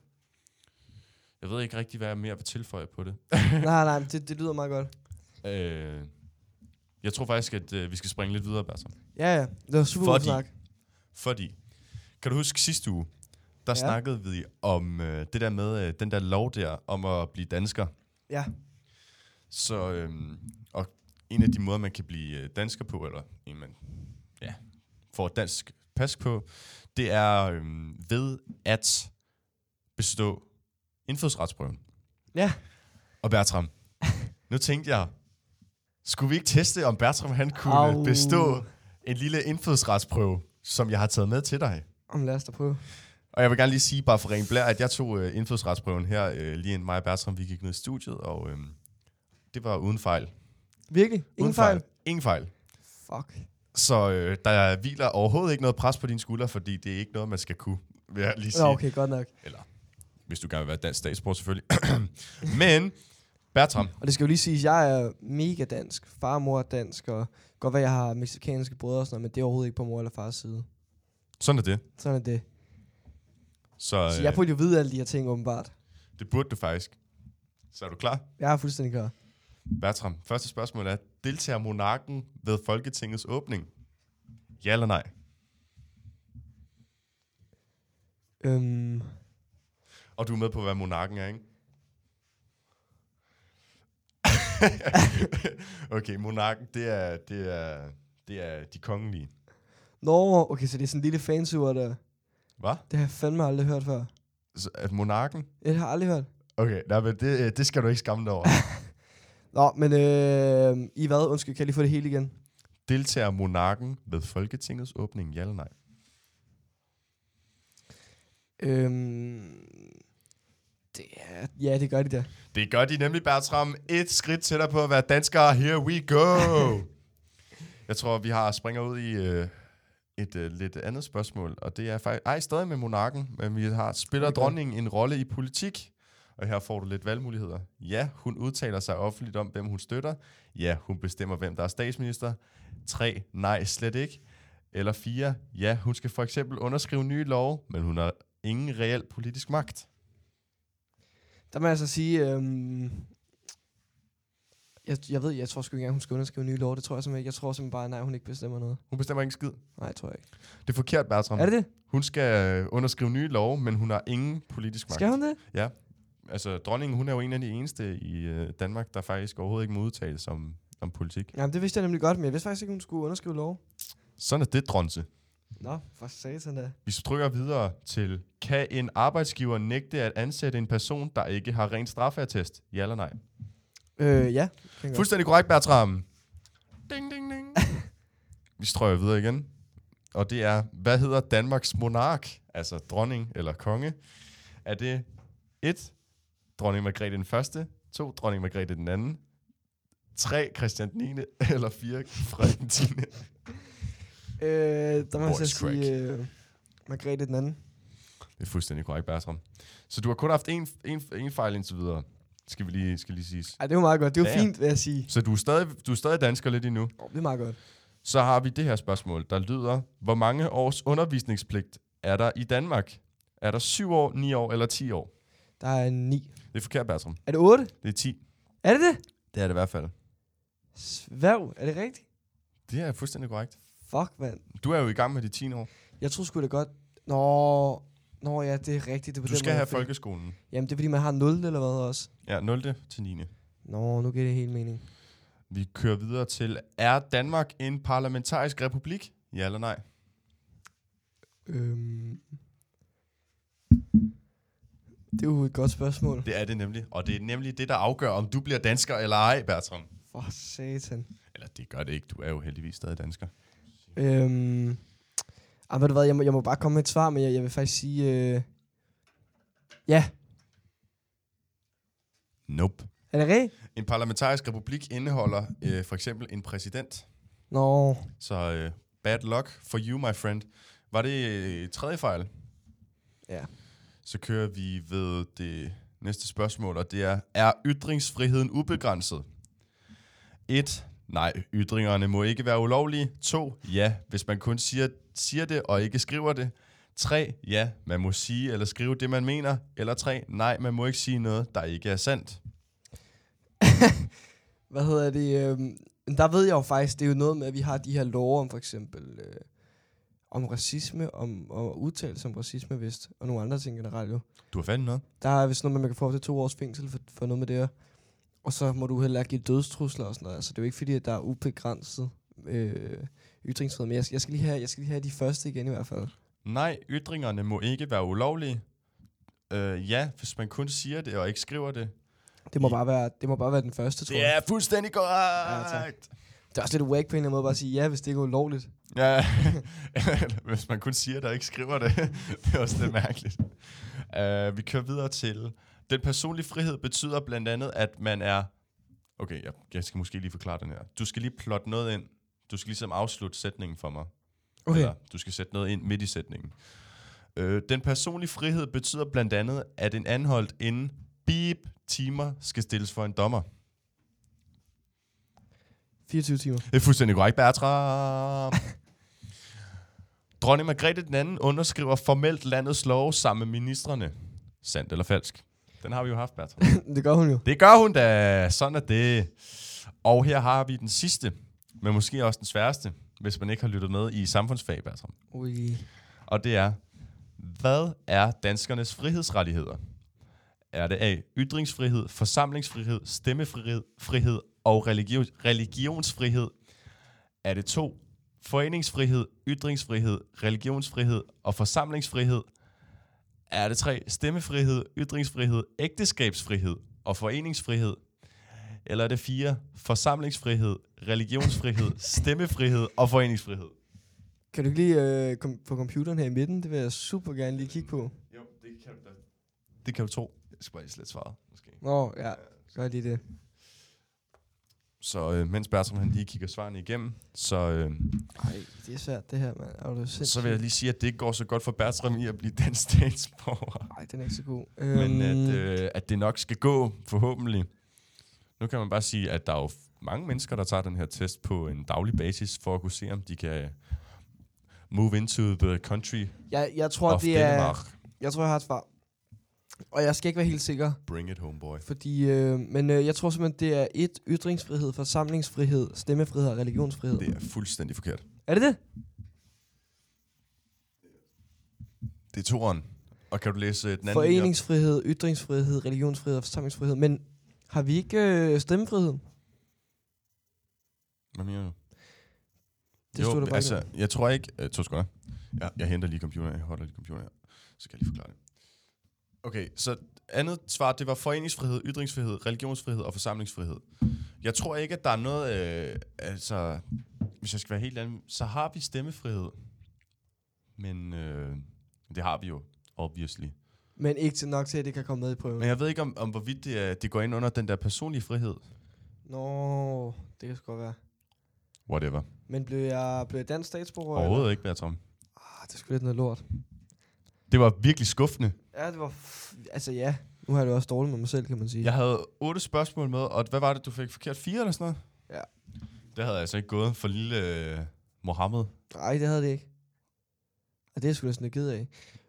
Speaker 1: Jeg ved ikke rigtig, hvad jeg mere vil tilføje på det.
Speaker 2: nej, nej, det, det lyder meget godt.
Speaker 1: Øh, jeg tror faktisk, at øh, vi skal springe lidt videre, Bertram.
Speaker 2: Ja, ja. Det var super godt snak.
Speaker 1: Fordi, kan du huske sidste uge, der ja. snakkede vi om øh, det der med, øh, den der lov der, om at blive dansker.
Speaker 2: Ja.
Speaker 1: Så, øh, og en af de måder, man kan blive øh, dansker på, eller en man ja, får et dansk pas på, det er øh, ved at bestå indfødsretsprøven.
Speaker 2: Ja.
Speaker 1: Og Bertram, nu tænkte jeg, skulle vi ikke teste, om Bertram han kunne Au. bestå en lille indfødsretsprøve, som jeg har taget med til dig?
Speaker 2: Om lad os da prøve.
Speaker 1: Og jeg vil gerne lige sige, bare for ren blær, at jeg tog uh, indfødsretsprøven her, uh, lige inden mig og Bertram, vi gik ned i studiet, og uh, det var uden fejl.
Speaker 2: Virkelig? Ingen
Speaker 1: uden
Speaker 2: fejl?
Speaker 1: fejl? Ingen fejl.
Speaker 2: Fuck.
Speaker 1: Så uh, der hviler overhovedet ikke noget pres på dine skuldre, fordi det er ikke noget, man skal kunne, vil jeg lige sige.
Speaker 2: Ja, okay, godt nok.
Speaker 1: Eller, hvis du gerne vil være dansk statsborger, selvfølgelig. Men, Bertram.
Speaker 2: Og det skal jo lige sige, at jeg er mega dansk. Far og mor er dansk, og godt være, jeg har mexikanske brødre og sådan noget, men det er overhovedet ikke på mor eller fars side.
Speaker 1: Sådan er det.
Speaker 2: Sådan er det.
Speaker 1: Så,
Speaker 2: Så jeg burde jo vide alle de her ting, åbenbart.
Speaker 1: Det burde du faktisk. Så er du klar?
Speaker 2: Jeg er fuldstændig klar.
Speaker 1: Bertram, første spørgsmål er, deltager monarken ved Folketingets åbning? Ja eller nej?
Speaker 2: Øhm.
Speaker 1: Og du er med på, hvad monarken er, ikke? Okay, monarken, det er, det er, det er de kongelige.
Speaker 2: Nå, okay, så det er sådan en lille fansur, der...
Speaker 1: Hvad?
Speaker 2: Det har jeg fandme aldrig hørt før.
Speaker 1: Så, at monarken?
Speaker 2: Jeg har aldrig hørt.
Speaker 1: Okay, nej, men det, det skal du ikke skamme dig over.
Speaker 2: Nå, men øh, I hvad? Undskyld, kan jeg lige få det hele igen?
Speaker 1: Deltager monarken ved Folketingets åbning, ja eller nej?
Speaker 2: Øhm, det er, ja, det gør de da.
Speaker 1: Det gør de nemlig, Bertram. Et skridt tættere på at være danskere. Here we go! Jeg tror, vi har springer ud i øh, et øh, lidt andet spørgsmål, og det er faktisk... Ej, stadig med monarken, men vi har spiller okay. dronningen en rolle i politik, og her får du lidt valgmuligheder. Ja, hun udtaler sig offentligt om, hvem hun støtter. Ja, hun bestemmer, hvem der er statsminister. Tre, nej, slet ikke. Eller fire, ja, hun skal for eksempel underskrive nye love, men hun har ingen reel politisk magt.
Speaker 2: Der må jeg altså sige, øhm, jeg, jeg ved, jeg tror sgu ikke engang, hun skal underskrive nye lov. Det tror jeg simpelthen ikke. Jeg tror simpelthen bare, nej, hun ikke bestemmer noget.
Speaker 1: Hun bestemmer ikke en skid?
Speaker 2: Nej, tror jeg ikke.
Speaker 1: Det er forkert, Bertram.
Speaker 2: Er det det?
Speaker 1: Hun skal underskrive nye love, men hun har ingen politisk magt.
Speaker 2: Skal hun det?
Speaker 1: Ja. Altså, dronningen, hun er jo en af de eneste i øh, Danmark, der faktisk overhovedet ikke må udtale sig om, om politik.
Speaker 2: Jamen, det vidste jeg nemlig godt, men jeg vidste faktisk ikke, hun skulle underskrive lov.
Speaker 1: Sådan er det, dronse.
Speaker 2: Nå, for satan da.
Speaker 1: Vi trykker videre til, kan en arbejdsgiver nægte at ansætte en person, der ikke har ren straffeattest? Ja eller nej?
Speaker 2: Øh, ja.
Speaker 1: Fuldstændig korrekt, Bertram. Ding, ding, ding. Vi strøger videre igen. Og det er, hvad hedder Danmarks monark? Altså dronning eller konge. Er det et, dronning Margrethe den første, to, dronning Margrethe den anden, tre, Christian den niende, eller fire, Frederik den tiende?
Speaker 2: Øh, der må jeg så sige øh, Margrethe den anden.
Speaker 1: Det er fuldstændig korrekt, Bertram. Så du har kun haft en, en, en fejl indtil videre, skal vi lige, skal lige sige.
Speaker 2: Ej, det var meget godt. Det var
Speaker 1: ja,
Speaker 2: fint, vil jeg sige.
Speaker 1: Så du er stadig, du er stadig dansker lidt endnu.
Speaker 2: Oh, det er meget godt.
Speaker 1: Så har vi det her spørgsmål, der lyder, hvor mange års undervisningspligt er der i Danmark? Er der syv år, ni år eller ti år?
Speaker 2: Der er ni.
Speaker 1: Det er forkert, Bertram.
Speaker 2: Er det otte?
Speaker 1: Det er ti.
Speaker 2: Er det det?
Speaker 1: Det er det i hvert fald.
Speaker 2: Sværv, er det rigtigt?
Speaker 1: Det er fuldstændig korrekt.
Speaker 2: Fuck, mand.
Speaker 1: Du er jo i gang med de ti år.
Speaker 2: Jeg tror sgu da godt... Nå, Nå ja, det er rigtigt. Det er på
Speaker 1: Du
Speaker 2: den
Speaker 1: skal
Speaker 2: måde,
Speaker 1: have
Speaker 2: fordi-
Speaker 1: folkeskolen.
Speaker 2: Jamen, det er fordi, man har nul eller hvad også.
Speaker 1: Ja, nul til niende.
Speaker 2: Nå, nu giver det helt mening.
Speaker 1: Vi kører videre til, er Danmark en parlamentarisk republik? Ja eller nej?
Speaker 2: Øhm. Det er jo et godt spørgsmål.
Speaker 1: Det er det nemlig. Og det er nemlig det, der afgør, om du bliver dansker eller ej, Bertram.
Speaker 2: For satan.
Speaker 1: Eller det gør det ikke. Du er jo heldigvis stadig dansker.
Speaker 2: Øhm. Ej, ved du hvad, jeg må, jeg må bare komme med et svar, men jeg, jeg vil faktisk sige... Øh, ja.
Speaker 1: Nope.
Speaker 2: Er det rigtigt?
Speaker 1: En parlamentarisk republik indeholder øh, for eksempel en præsident.
Speaker 2: Nå.
Speaker 1: Så øh, bad luck for you, my friend. Var det øh, tredje fejl?
Speaker 2: Ja.
Speaker 1: Så kører vi ved det næste spørgsmål, og det er, er ytringsfriheden ubegrænset? et. Nej, ytringerne må ikke være ulovlige. to. Ja, hvis man kun siger, siger det og ikke skriver det. tre. Ja, man må sige eller skrive det, man mener. Eller tre. Nej, man må ikke sige noget, der ikke er sandt.
Speaker 2: Hvad hedder det? Øhm, der ved jeg jo faktisk, det er jo noget med, at vi har de her love om for eksempel... Øh, om racisme, om og udtalelse om racisme, vist, og nogle andre ting generelt jo.
Speaker 1: Du har fat i noget?
Speaker 2: Der er vist noget med, man kan få op til to års fængsel for, for noget med det her. Og så må du heller ikke give dødstrusler og sådan noget. Altså, det er jo ikke fordi, at der er ubegrænset øh, ytringsfrihed. Men jeg, jeg, skal lige have, jeg skal lige have de første igen i hvert fald.
Speaker 1: Nej, ytringerne må ikke være ulovlige. Øh, ja, hvis man kun siger det og ikke skriver det.
Speaker 2: Det må,
Speaker 1: I,
Speaker 2: bare være, det må bare være den første, tror
Speaker 1: det
Speaker 2: jeg.
Speaker 1: er fuldstændig korrekt.
Speaker 2: Ja, det er også lidt wack på en eller anden måde bare at sige ja, hvis det ikke er ulovligt.
Speaker 1: Ja, hvis man kun siger det og ikke skriver det. Det er også lidt mærkeligt. Uh, vi kører videre til, den personlige frihed betyder blandt andet, at man er... Okay, jeg, jeg skal måske lige forklare den her. Du skal lige plotte noget ind. Du skal ligesom afslutte sætningen for mig.
Speaker 2: Okay.
Speaker 1: Eller, du skal sætte noget ind midt i sætningen. Uh, den personlige frihed betyder blandt andet, at en anholdt inden beep timer skal stilles for en dommer.
Speaker 2: fireogtyve timer.
Speaker 1: Det er fuldstændig korrekt, Bertram. Dronning Margrethe den anden underskriver formelt landets lov sammen med ministrene. Sandt eller falsk? Den har vi jo haft, Bertram.
Speaker 2: Det gør hun jo.
Speaker 1: Det gør hun da. Sådan er det. Og her har vi den sidste, men måske også den sværeste, hvis man ikke har lyttet med i samfundsfag, Bertram.
Speaker 2: Ui.
Speaker 1: Og det er, hvad er danskernes frihedsrettigheder? Er det A. Ytringsfrihed, forsamlingsfrihed, stemmefrihed frihed og religion, religionsfrihed? Er det to. Foreningsfrihed, ytringsfrihed, religionsfrihed og forsamlingsfrihed? Er det tre. Stemmefrihed, ytringsfrihed, ægteskabsfrihed og foreningsfrihed? Eller er det fire. Forsamlingsfrihed, religionsfrihed, stemmefrihed og foreningsfrihed?
Speaker 2: Kan du ikke lige øh, kom, på computeren her i midten? Det vil jeg super gerne lige kigge på.
Speaker 1: Jo, det kan du da. Det kan du tro. Jeg skal bare lige slet svaret, måske.
Speaker 2: Nå, ja. Gør lige det.
Speaker 1: Så øh, mens Bertram han lige kigger svarene igennem, så, øh,
Speaker 2: Ej, det er svært det her, mand. Er du
Speaker 1: så vil jeg lige sige, at det ikke går så godt for Bertram i at blive dansk statsborger.
Speaker 2: Nej, den er ikke så god.
Speaker 1: Men at,
Speaker 2: Øhm,
Speaker 1: øh, at det nok skal gå, forhåbentlig. Nu kan man bare sige, at der er jo mange mennesker, der tager den her test på en daglig basis, for at kunne se, om de kan move into the country
Speaker 2: jeg, jeg tror,
Speaker 1: of
Speaker 2: det
Speaker 1: Denmark.
Speaker 2: er... Jeg tror, jeg har et svar. Og jeg skal ikke være helt sikker.
Speaker 1: Bring it home, boy.
Speaker 2: Fordi, øh, men øh, jeg tror simpelthen, det er et ytringsfrihed, forsamlingsfrihed, stemmefrihed og religionsfrihed.
Speaker 1: Det er fuldstændig forkert.
Speaker 2: Er det det?
Speaker 1: Det er toeren. Og kan du læse den anden?
Speaker 2: Foreningsfrihed, ytringsfrihed, religionsfrihed og forsamlingsfrihed. Men har vi ikke øh, stemmefrihed?
Speaker 1: Hvad mener du?
Speaker 2: Det stod der bare
Speaker 1: altså,
Speaker 2: ikke.
Speaker 1: jeg tror ikke... Uh, to sekunder. Jeg, jeg henter lige computeren. Jeg holder lige computeren her. Så kan jeg lige forklare det. Okay, så andet svar, det var foreningsfrihed, ytringsfrihed, religionsfrihed og forsamlingsfrihed. Jeg tror ikke, at der er noget... Øh, altså, hvis jeg skal være helt anden, så har vi stemmefrihed. Men øh, det har vi jo, obviously.
Speaker 2: Men ikke til nok til, at det kan komme med i prøven.
Speaker 1: Men jeg ved ikke, om, om hvorvidt det, er, det går ind under den der personlige frihed.
Speaker 2: Nå, det kan sgu godt være.
Speaker 1: Whatever.
Speaker 2: Men blev jeg, blev jeg dansk statsborger?
Speaker 1: Overhovedet ikke, Bertram.
Speaker 2: Ah, det er sgu lidt noget lort.
Speaker 1: Det var virkelig skuffende.
Speaker 2: Ja, det var... F- altså ja, nu har jeg det også dårligt med mig selv, kan man sige.
Speaker 1: Jeg havde otte spørgsmål med, og hvad var det, du fik forkert? Fire eller sådan noget?
Speaker 2: Ja.
Speaker 1: Det havde jeg altså ikke gået for lille øh, Mohammed.
Speaker 2: Nej, det havde det ikke. Og det er jeg sgu da sådan lidt ked af.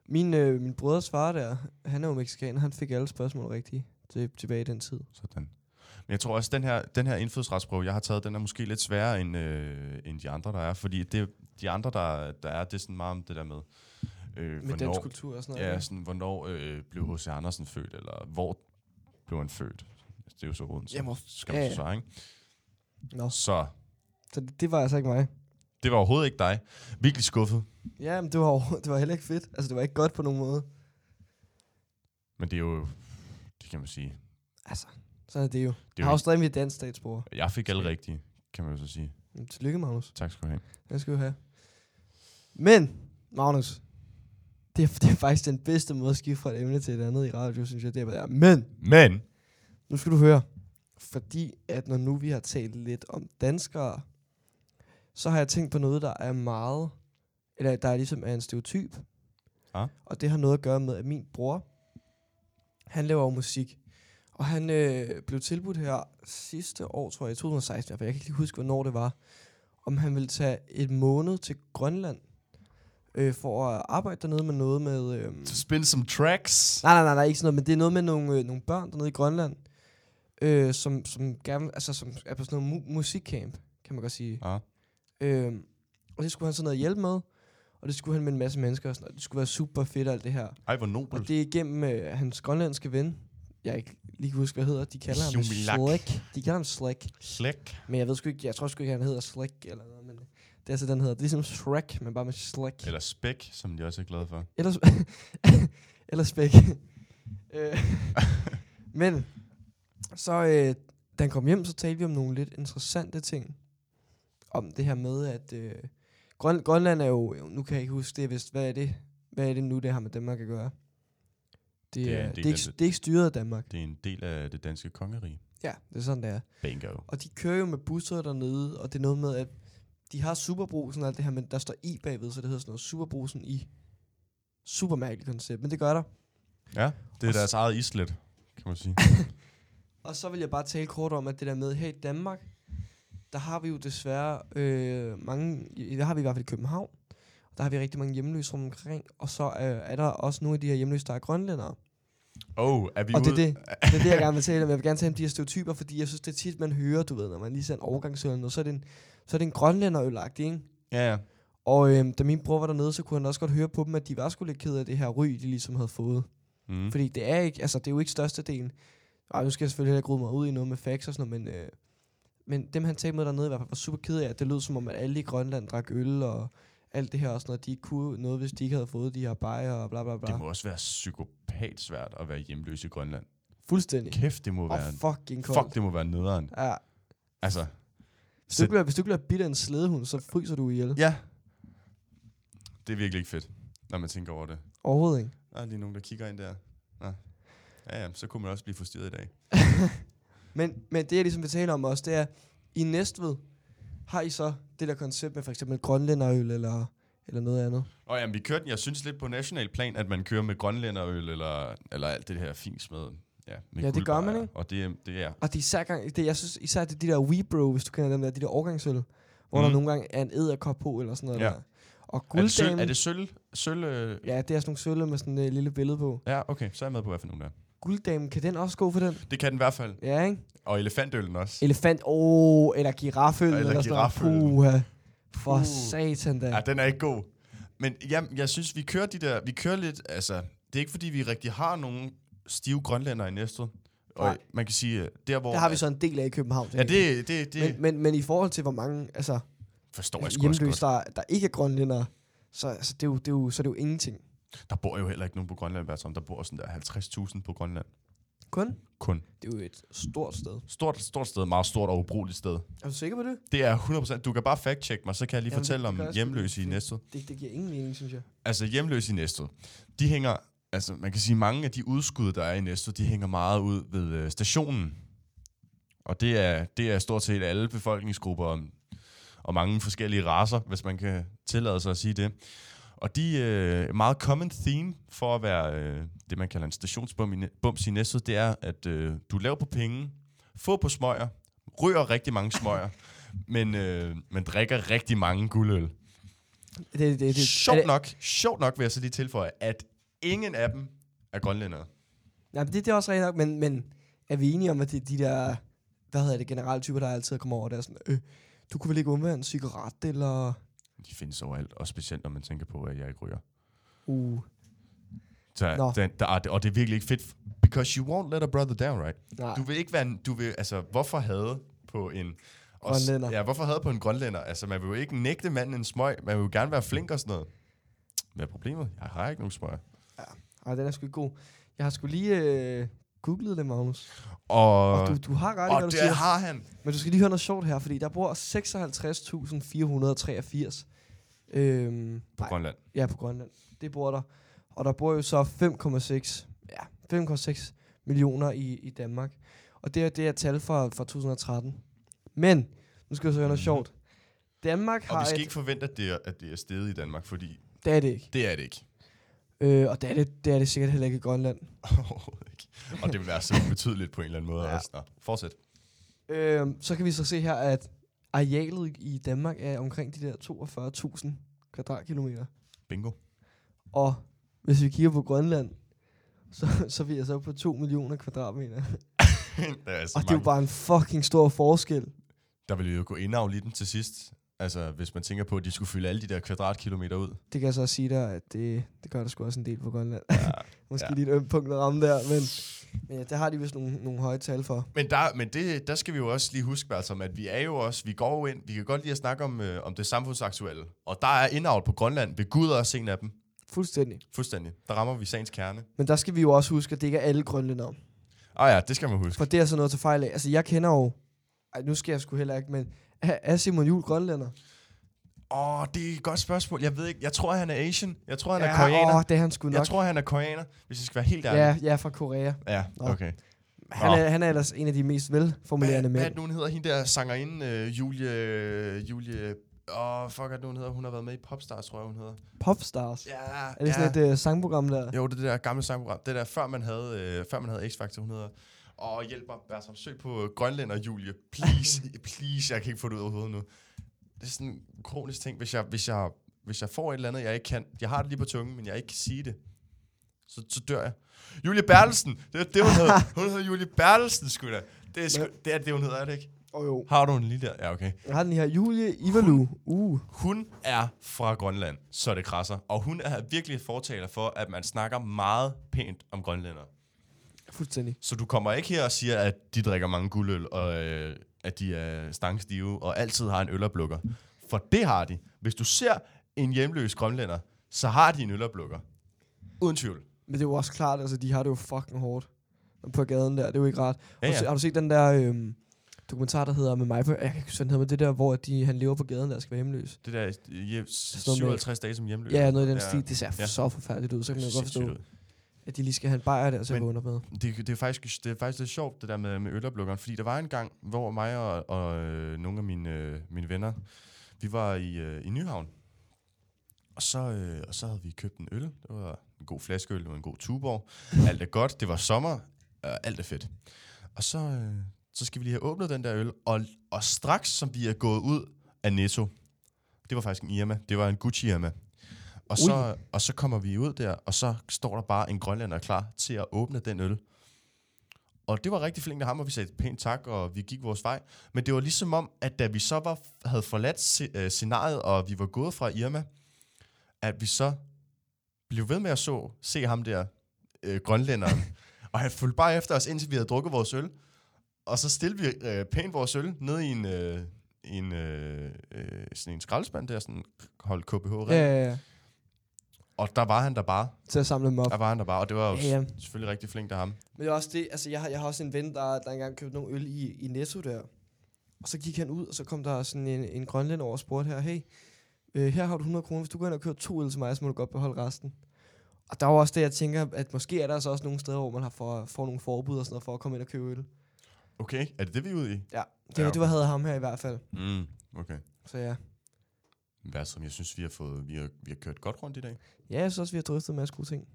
Speaker 2: Min, øh, min brødres far der, han er jo mexikaner, han fik alle spørgsmål rigtige til, tilbage i den tid.
Speaker 1: Sådan. Men jeg tror også, den her, den her indfødsretsprøve, jeg har taget, den er måske lidt sværere end, øh, end de andre, der er. Fordi det, de andre, der, der er, det er sådan meget om det der med... Øh,
Speaker 2: Med dansk kultur og sådan noget.
Speaker 1: Ja, sådan, hvornår øh, blev H C. Andersen født, eller hvor blev han født? Det er jo så rundt, så skal man ja, ja. så svare, ikke?
Speaker 2: No.
Speaker 1: Så...
Speaker 2: Så det, det var altså ikke mig.
Speaker 1: Det var overhovedet ikke dig. Virkelig skuffet.
Speaker 2: Ja, men det var, det var heller ikke fedt. Altså, det var ikke godt på nogen måde.
Speaker 1: Men det er jo... Det kan man sige. Altså,
Speaker 2: så er det jo. Jeg har jo stadig mit dansk statsborger.
Speaker 1: Jeg fik alle rigtige, kan man jo så sige.
Speaker 2: Tillykke, Magnus.
Speaker 1: Tak skal du have.
Speaker 2: Det skal du have. Men, Magnus, det er, det er faktisk den bedste måde at skifte fra et emne til et andet i radio, synes jeg. Det er bare der. Men!
Speaker 1: Men!
Speaker 2: Nu skal du høre. Fordi at når nu vi har talt lidt om danskere, så har jeg tænkt på noget, der er meget, eller der er ligesom er en stereotyp.
Speaker 1: Ah.
Speaker 2: Og det har noget at gøre med, at min bror, han laver jo musik. Og han øh, blev tilbudt her sidste år, tror jeg, i to tusind og seksten, for jeg kan ikke lige huske, hvornår det var, om han ville tage et måned til Grønland, øh, for at arbejde dernede med noget med... Øh,
Speaker 1: to spin some tracks?
Speaker 2: Nej, nej, nej, nej, ikke sådan noget, men det er noget med nogle, øh, nogle børn dernede i Grønland, øh, som, som, gerne, altså, som er på sådan noget mu- musikcamp, kan man godt sige.
Speaker 1: Ah.
Speaker 2: Øh, og det skulle han sådan noget hjælp med, og det skulle han med en masse mennesker, og sådan, og det skulle være super fedt alt det her.
Speaker 1: Ej, hvor nobelt.
Speaker 2: Og det er igennem øh, hans grønlandske ven, jeg ikke lige kan huske, hvad hedder. De kalder ham Slick. De kalder ham Slick.
Speaker 1: Slick.
Speaker 2: Men jeg ved sgu ikke, jeg tror sgu ikke, han hedder Slick eller noget, men det er altså, den hedder. Det er ligesom Shrek, men bare med Slick.
Speaker 1: Eller Spæk, som de også er glade for.
Speaker 2: Eller, eller Spæk. Men, så øh, da han kom hjem, så talte vi om nogle lidt interessante ting. Om det her med, at øh, Grøn, Grønland er jo, nu kan jeg ikke huske det, vist, hvad er det? Hvad er det nu, det har med Danmark at gøre? Det, det, er, det, er, ikke, det er ikke styret af Danmark.
Speaker 1: Det er en del af det danske kongerige.
Speaker 2: Ja, det er sådan, det er.
Speaker 1: Bingo. Og
Speaker 2: de kører jo med busser dernede, og det er noget med, at de har Superbrugsen og alt det her, men der står i bagved, så det hedder sådan noget Superbrugsen i. Super mærkeligt koncept, men det gør der.
Speaker 1: Ja, det er og deres s- eget islet, kan man sige.
Speaker 2: Og så vil jeg bare tale kort om, at det der med, her i Danmark, der har vi jo desværre øh, mange, der har vi i hvert fald i København, der har vi rigtig mange hjemløse rundt omkring, og så øh, er der også nogle af de her hjemløse, der er grønlændere.
Speaker 1: Oh, er vi
Speaker 2: og
Speaker 1: ude?
Speaker 2: det er det, det er det, jeg gerne vil tale om. Jeg vil gerne tale om de her stereotyper, fordi jeg synes, det er tit, man hører, du ved, når man lige ser en overgangsøl, og så er det en, så er det en grønlænderølagtig, ikke?
Speaker 1: Ja, ja.
Speaker 2: Og øh, da min bror var dernede, så kunne han også godt høre på dem, at de var sgu lidt ked af det her ry, de ligesom havde fået. Mm. Fordi det er ikke, altså det er jo ikke størstedelen. Ej, nu skal jeg selvfølgelig ikke rydde mig ud i noget med facts og sådan noget, men, øh, men dem han talte med dernede i hvert fald var super ked af, at det lød som om, at alle i Grønland drak øl og alt det her og sådan noget. De ikke kunne noget, hvis de ikke havde fået de her bajer og bla bla bla.
Speaker 1: Det må også være psykopat svært at være hjemløs i Grønland.
Speaker 2: Fuldstændig.
Speaker 1: Kæft, det må
Speaker 2: og
Speaker 1: være...
Speaker 2: fucking koldt.
Speaker 1: Fuck, det må være nederen.
Speaker 2: Ja.
Speaker 1: Altså...
Speaker 2: Hvis du, bliver, hvis du bliver bidt af en slædehund, så fryser du ihjel.
Speaker 1: Ja. Det er virkelig ikke fedt, når man tænker over det.
Speaker 2: Overhovedet ikke.
Speaker 1: Der er lige nogen, der kigger ind der. Ja, ja, ja så kunne man også blive forstyrret i dag.
Speaker 2: men, men det, jeg ligesom vil tale om også, det er, i Næstved har I så det der koncept med for eksempel grønlænderøl eller, eller noget andet?
Speaker 1: Og jamen, vi kørte den, jeg synes lidt på national plan, at man kører med grønlænderøl eller, eller alt det her fings med. Ja, med
Speaker 2: ja det gør man, ikke?
Speaker 1: Og det, det er...
Speaker 2: Og det er især, gang, det, jeg synes især, det er de der Webro, hvis du kender dem der, de der årgangsøl, hvor mm. der nogle gange er en edderkop på eller sådan noget
Speaker 1: ja.
Speaker 2: der. Og gulddame...
Speaker 1: Er det sølv? Sølv øh...
Speaker 2: Ja, det er sådan nogle sølv med sådan et uh, lille billede på.
Speaker 1: Ja, okay, så er jeg med på, hvad for nogle der.
Speaker 2: Gulddame, kan den også gå for den?
Speaker 1: Det kan den i hvert fald.
Speaker 2: Ja, ikke?
Speaker 1: Og elefantøllen også.
Speaker 2: Elefant, åh, oh, eller girafføl, eller,
Speaker 1: eller
Speaker 2: sådan noget. For uh. satan da.
Speaker 1: Ja, den er ikke god. Men ja, jeg synes, vi kører de der, vi kører lidt, altså, det er ikke fordi, vi rigtig har nogen stive grønlænder i Næstved. Og nej. Man kan sige, der hvor...
Speaker 2: Der har vi så en del af i København.
Speaker 1: Ja, det... det, det
Speaker 2: men, men, men i forhold til, hvor mange, altså...
Speaker 1: Forstår jeg sgu
Speaker 2: hjemløse, der, der ikke er grønlændere, så, altså, det er jo, det er jo, så er det jo ingenting.
Speaker 1: Der bor jo heller ikke nogen på Grønland, Bertram. Der bor sådan der halvtreds tusind på Grønland.
Speaker 2: Kun?
Speaker 1: Kun.
Speaker 2: Det er jo et stort sted.
Speaker 1: Stort, stort sted. Meget stort og ubrugeligt sted.
Speaker 2: Er du sikker på det?
Speaker 1: Det er hundrede procent. Du kan bare fact-check mig, så kan jeg lige
Speaker 2: Jamen,
Speaker 1: fortælle
Speaker 2: det, det
Speaker 1: om hjemløse i Næstved.
Speaker 2: Det, det giver ingen mening, synes jeg.
Speaker 1: Altså hjemløse i Næstved. De hænger... Altså, man kan sige, mange af de udskud, der er i Næstved, de hænger meget ud ved øh, stationen. Og det er, det er stort set alle befolkningsgrupper og, og mange forskellige racer, hvis man kan tillade sig at sige det. Og de øh, meget common theme for at være øh, det, man kalder en stationsbums i Næstved, det er, at øh, du laver på penge, få på smøger, ryger rigtig mange smøger, men øh, man drikker rigtig mange guldøl.
Speaker 2: Det, det, det,
Speaker 1: sjovt nok, sjovt nok vil jeg så lige tilføje, at ingen af dem er grønlændere.
Speaker 2: Ja, det, det er også rigtigt nok, men, men er vi enige om, at det er de der, hvad hedder det, generelle typer, der altid kommer over, der er sådan, øh, du kunne vel ikke undvære en cigaret, eller...
Speaker 1: De findes overalt, og specielt når man tænker på, at jeg ikke ryger.
Speaker 2: Uh.
Speaker 1: Så den, der er, og det er virkelig ikke fedt, because you won't let a brother down, right?
Speaker 2: Nej.
Speaker 1: Du vil ikke være, en, du vil, altså, hvorfor havde på en...
Speaker 2: Grønlænder.
Speaker 1: Ja, hvorfor havde på en grønlænder? Altså, man vil jo ikke nægte manden en smøg, man vil jo gerne være flink og sådan noget. Hvad er problemet? Jeg har ikke nogen smøg.
Speaker 2: Ja, ej, den er sgu ikke god. Jeg har sgu lige øh, googlet det, Magnus.
Speaker 1: Og,
Speaker 2: og du, du har ret i, hvad du
Speaker 1: det
Speaker 2: siger.
Speaker 1: har han.
Speaker 2: Men du skal lige høre noget sjovt her, fordi der bor seksoghalvtreds tusind fire hundrede treogfirs. Øhm,
Speaker 1: På
Speaker 2: nej,
Speaker 1: Grønland.
Speaker 2: Ja, på Grønland. Det bor der. Og der bor jo så fem komma seks ja, fem komma seks millioner i, i Danmark. Og det er det er tal fra, fra to tusind og tretten. Men, nu skal jeg så høre noget sjovt. Danmark har
Speaker 1: Og vi skal
Speaker 2: et,
Speaker 1: ikke forvente, at det, er, at det er steget i Danmark, fordi...
Speaker 2: Det er det ikke.
Speaker 1: Det er det ikke.
Speaker 2: Øh, og det er det, det er det sikkert heller ikke i Grønland.
Speaker 1: ikke. Og det vil være så betydeligt på en eller anden måde. Ja. Også. Nå, fortsæt.
Speaker 2: Øh, så kan vi så se her, at arealet i Danmark er omkring de der toogfyrre tusind kvadratkilometer.
Speaker 1: Bingo.
Speaker 2: Og hvis vi kigger på Grønland, så, så er vi altså på to millioner kvadratmeter.
Speaker 1: det er altså
Speaker 2: og det er jo bare en fucking stor forskel.
Speaker 1: Der ville jo gå indavl i den til sidst. Altså, hvis man tænker på, at de skulle fylde alle de der kvadratkilometer ud.
Speaker 2: Det kan jeg så sige der, at det, det gør der sgu også en del på Grønland.
Speaker 1: Ja,
Speaker 2: Måske
Speaker 1: ja.
Speaker 2: lige et ømt punkt at ramme der, men, men ja, der har de vist nogle, nogle høje tal for.
Speaker 1: Men, der, men det, der skal vi jo også lige huske, altså, at vi er jo også, vi går jo ind, vi kan godt lide at snakke om, øh, om det samfundsaktuelle. Og der er indavl på Grønland ved Gud og en af dem.
Speaker 2: Fuldstændig.
Speaker 1: Fuldstændig. Der rammer vi sagens kerne.
Speaker 2: Men der skal vi jo også huske, at det ikke er alle grønlændere.
Speaker 1: Ah ja, det skal man huske.
Speaker 2: For det er så noget til fejl af. Altså, jeg kender jo... Ej, nu skal jeg sgu heller ikke, men... Er, er Simon Juhl grønlænder?
Speaker 1: Åh, oh, det er et godt spørgsmål. Jeg ved ikke. Jeg tror, han er Asian. Jeg tror, han
Speaker 2: ja,
Speaker 1: er koreaner.
Speaker 2: Åh, det er han sgu nok.
Speaker 1: Jeg tror, han er koreaner, hvis jeg skal være helt ærlig.
Speaker 2: Ja, ja, fra Korea.
Speaker 1: Ja, okay.
Speaker 2: Han er, han er ellers en af de mest velformulerende
Speaker 1: hvad,
Speaker 2: mænd.
Speaker 1: Hvad er det, hun hedder? Hende der sangerinde, uh, Julie... Julie... Åh, oh, fuck, er det, hun hedder? Hun har været med i Popstars, tror jeg, hun hedder.
Speaker 2: Popstars?
Speaker 1: Ja,
Speaker 2: Er det sådan
Speaker 1: ja.
Speaker 2: et uh, sangprogram der?
Speaker 1: Jo, det der gamle sangprogram. Det der, før man havde, øh, før man havde X-Factor, hun hedder... Åh, oh, hjælp mig, Bertram. Søg på Grønland og Julie. Please, please. Jeg kan ikke få det ud af hovedet nu. Det er sådan en kronisk ting, hvis jeg, hvis jeg, hvis jeg får et eller andet, jeg ikke kan. Jeg har det lige på tungen, men jeg ikke kan sige det. Så, så dør jeg. Julie Bertelsen. Det er det, hun hedder. Hun hedder Julie Bertelsen, sgu da. Det er, sgu, det er det, hun hedder, er det ikke?
Speaker 2: Åh oh, jo.
Speaker 1: Har du en lige der? Ja, okay.
Speaker 2: Jeg har den her. Julie Ivalu. Uh.
Speaker 1: Hun er fra Grønland, så det krasser. Og hun er virkelig et fortaler for, at man snakker meget pænt om grønlændere.
Speaker 2: Fuldstændig.
Speaker 1: Så du kommer ikke her og siger, at de drikker mange guldøl, og øh, at de er stangstive, og altid har en øloplukker. For det har de. Hvis du ser en hjemløs grønlænder, så har de en øloplukker. Uden tvivl.
Speaker 2: Men det er jo også klart, altså de har det jo fucking hårdt på gaden der. Det er jo ikke rart.
Speaker 1: Ja,
Speaker 2: Har, du
Speaker 1: ja.
Speaker 2: set, har du set den der øhm, dokumentar, der hedder Med mig på... Jeg kan ikke huske, den hedder, men det der, hvor de, han lever på gaden der og skal være hjemløs.
Speaker 1: Det der hjem, syvoghalvtreds dage som hjemløs.
Speaker 2: Ja, noget i den
Speaker 1: ja.
Speaker 2: stil. Det ser
Speaker 1: ja.
Speaker 2: så forfærdeligt ud. Så kan man godt forstå,
Speaker 1: Ud.
Speaker 2: at de lige skal have en bajer der til at
Speaker 1: Men
Speaker 2: gå under med.
Speaker 1: Det, det, er faktisk, det er faktisk lidt sjovt, det der med, med øloplukkeren. Fordi der var en gang, hvor mig og, og øh, nogle af mine, øh, mine venner, vi var i, øh, i Nyhavn. Og så, øh, og så havde vi købt en øl. Det var en god flaskeøl, det var en god Tuborg. Alt er godt, det var sommer, øh, alt er fedt. Og så, øh, så skal vi lige have åbnet den der øl. Og, og straks som vi er gået ud af Netto, det var faktisk en Irma, det var en Gucci Irma. Og så, og så kommer vi ud der, og så står der bare en grønlænder klar til at åbne den øl. Og det var rigtig flink af ham, og vi sagde pænt tak, og vi gik vores vej. Men det var ligesom om, at da vi så var, havde forladt se, øh, scenariet, og vi var gået fra Irma, at vi så blev ved med at så, se ham der, øh, grønlænderen. Og han fulgte bare efter os, indtil vi havde drukket vores øl. Og så stillede vi øh, pænt vores øl ned i en, øh, en, øh, øh, sådan en skraldespand der, sådan holdt K B H rent.
Speaker 2: Ja, ja, ja.
Speaker 1: Og der var han der bare.
Speaker 2: Til at samle dem op.
Speaker 1: Der var han der bare, og det var jo
Speaker 2: Ja, ja.
Speaker 1: selvfølgelig rigtig flink af ham.
Speaker 2: Men det er også det, altså jeg har, jeg har også en ven, der, der engang købte nogle øl i, i Netto der. Og så gik han ud, og så kom der sådan en, en grønlænder over og spurgte her, hey, øh, her har du hundrede kroner, hvis du går ind og køber to øl til mig, så må du godt beholde resten. Og der var også det, jeg tænker, at måske er der så også nogle steder, hvor man har for, får nogle forbud og sådan noget, for at komme ind og købe øl.
Speaker 1: Okay, er det det, vi er ude i?
Speaker 2: Ja, det,
Speaker 1: Ja,
Speaker 2: ja,
Speaker 1: okay.
Speaker 2: det var havde ham her i hvert fald.
Speaker 1: Mm, okay.
Speaker 2: Så ja.
Speaker 1: Hvad som jeg synes, vi har fået, vi har, vi har kørt godt rundt i dag.
Speaker 2: Ja, jeg synes også, vi har drøftet en masse gode ting.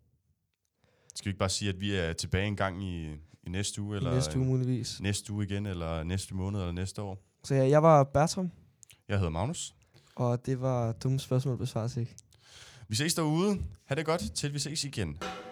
Speaker 1: Skal vi ikke bare sige, at vi er tilbage en gang i, i næste uge? Eller
Speaker 2: I næste uge muligvis.
Speaker 1: Næste uge igen, eller næste måned, eller næste år?
Speaker 2: Så ja, jeg var Bertram,
Speaker 1: Jeg hedder Magnus.
Speaker 2: og det var dumme spørgsmål besvares ikke.
Speaker 1: Vi ses derude. Ha' det godt, til vi ses igen.